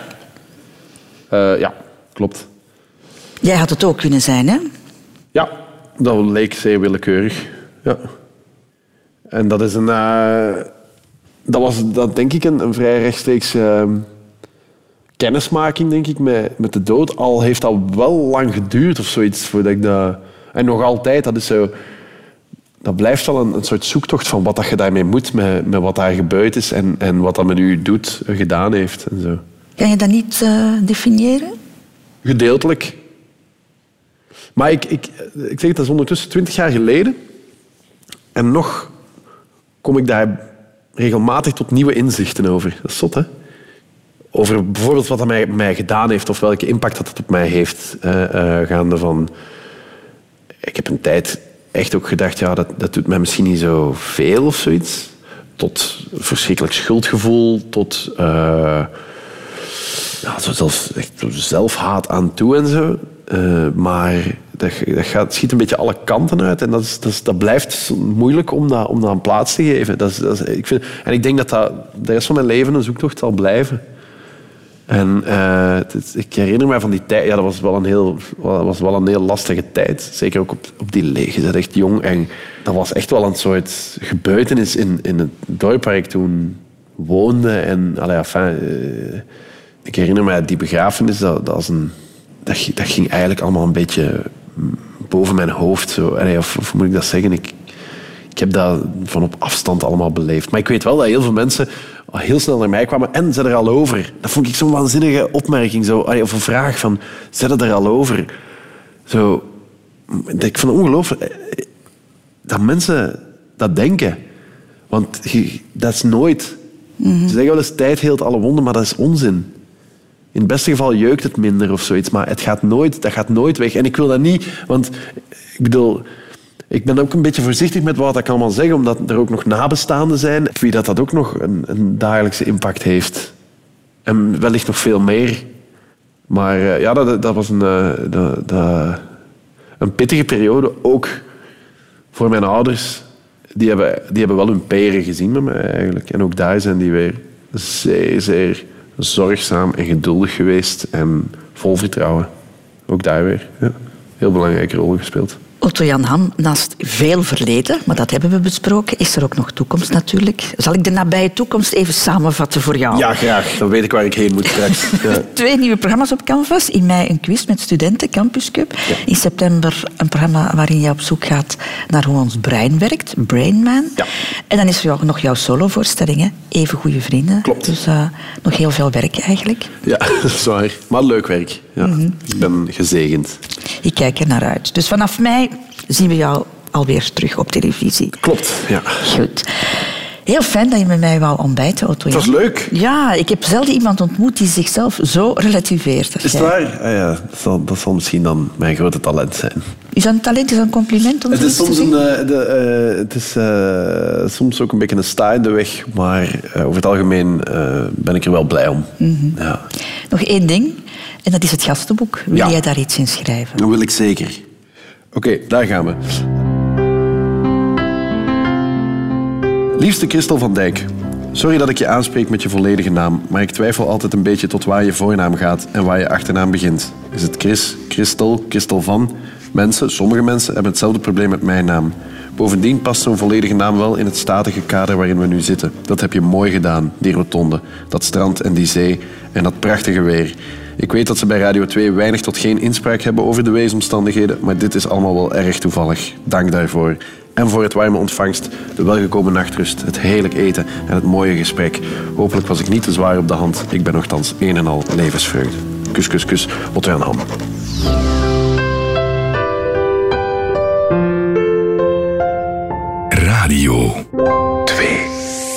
Uh, ja, klopt. Jij had het ook kunnen zijn, hè? Ja, dat leek zeer willekeurig. Ja. En dat is een... Uh, dat was, dat denk ik, een, een vrij rechtstreeks... Uh, kennismaking, denk ik, met, met de dood. Al heeft dat wel lang geduurd of zoiets. Voordat ik dat... En nog altijd, dat is zo... Dat blijft wel een, een soort zoektocht van wat dat je daarmee moet, met, met wat daar gebeurd is en, en wat dat met u doet, gedaan heeft. En zo. Kan je dat niet uh, definiëren? Gedeeltelijk. Maar ik, ik, ik zeg, dat is ondertussen twintig jaar geleden. En nog kom ik daar regelmatig tot nieuwe inzichten over. Dat is zot, hè? Over bijvoorbeeld wat dat mij, mij gedaan heeft of welke impact dat het op mij heeft. Uh, uh, gaande van... Ik heb een tijd echt ook gedacht, ja, dat, dat doet mij misschien niet zo veel of zoiets. Tot verschrikkelijk schuldgevoel, tot... Uh, ja, zelfs echt zelfhaat aan toe en zo. Uh, maar dat, dat gaat, schiet een beetje alle kanten uit. En dat, is, dat, is, dat blijft moeilijk om dat, om dat een plaats te geven. Dat is, dat is, ik vind, en ik denk dat dat de rest van mijn leven een zoektocht zal blijven. En uh, het, ik herinner me van die tijd... Ja, dat was wel een heel, was wel een heel lastige tijd. Zeker ook op, op die leeg. Je bent echt jong. En dat was echt wel een soort gebeurtenis in, in het dorp waar ik toen woonde. En, allee, enfin, uh, ik herinner me die begrafenis. Dat, dat, was een, dat, dat ging eigenlijk allemaal een beetje boven mijn hoofd. Zo. Allee, of, of moet ik dat zeggen? Ik, ik heb dat van op afstand allemaal beleefd. Maar ik weet wel dat heel veel mensen heel snel naar mij kwamen en zijn er al over. Dat vond ik zo'n waanzinnige opmerking. Zo, of een vraag van, zijn er al over? Zo, ik vind het ongelooflijk dat mensen dat denken. Want dat is nooit... Mm-hmm. Ze zeggen wel eens, tijd heelt alle wonden, maar dat is onzin. In het beste geval jeukt het minder of zoiets, maar het gaat nooit, dat gaat nooit weg. En ik wil dat niet, want ik bedoel... Ik ben ook een beetje voorzichtig met wat ik allemaal zeg, omdat er ook nog nabestaanden zijn, wie dat, dat ook nog een, een dagelijkse impact heeft. En wellicht nog veel meer. Maar uh, ja, dat, dat was een, uh, dat, dat, een pittige periode, ook voor mijn ouders. Die hebben, die hebben wel hun peren gezien met mij eigenlijk. En ook daar zijn die weer zeer, zeer zorgzaam en geduldig geweest en vol vertrouwen. Ook daar weer. Ja. Heel belangrijke rol gespeeld. Otto-Jan Ham, naast veel verleden, maar dat hebben we besproken, is er ook nog toekomst natuurlijk. Zal ik de nabije toekomst even samenvatten voor jou? Ja, graag. Dan weet ik waar ik heen moet straks. Ja. Twee nieuwe programma's op Canvas. In mei een quiz met studenten, Campus Cup. Ja. In september een programma waarin je op zoek gaat naar hoe ons brein werkt, Brain Man. Ja. En dan is er nog jouw solovoorstelling, hè? Even goede vrienden. Klopt. Dus uh, nog heel veel werk eigenlijk. Ja, dat is waar. Maar leuk werk. Ja. Mm-hmm. Ik ben gezegend. Ik kijk er naar uit. Dus vanaf mei zien we jou alweer terug op televisie. Klopt, ja. Goed. Heel fijn dat je met mij wou ontbijten, Otto. Dat was leuk. Ja, ik heb zelden iemand ontmoet die zichzelf zo relativeert. Is het waar? Ah ja, dat zal, dat zal misschien dan mijn grote talent zijn. Is dat een talent? Is dat een compliment? Om het is soms, een, uh, de, uh, het is uh, soms ook een beetje een sta in de weg, maar uh, over het algemeen uh, ben ik er wel blij om. Mm-hmm. Ja. Nog één ding, en dat is het gastenboek. Wil ja. jij daar iets in schrijven? Dat wil ik zeker. Oké, okay, daar gaan we. Liefste Christel van Dijk, sorry dat ik je aanspreek met je volledige naam, maar ik twijfel altijd een beetje tot waar je voornaam gaat en waar je achternaam begint. Is het Chris, Christel, Christel van? Mensen, sommige mensen, hebben hetzelfde probleem met mijn naam. Bovendien past zo'n volledige naam wel in het statige kader waarin we nu zitten. Dat heb je mooi gedaan, die rotonde, dat strand en die zee en dat prachtige weer. Ik weet dat ze bij Radio twee weinig tot geen inspraak hebben over de weersomstandigheden, maar dit is allemaal wel erg toevallig. Dank daarvoor. En voor het warme ontvangst, de welgekomen nachtrust, het heerlijk eten en het mooie gesprek. Hopelijk was ik niet te zwaar op de hand. Ik ben nogthans een en al levensvreugde. Kus, kus, kus. Otto-Jan Ham. Radio twee.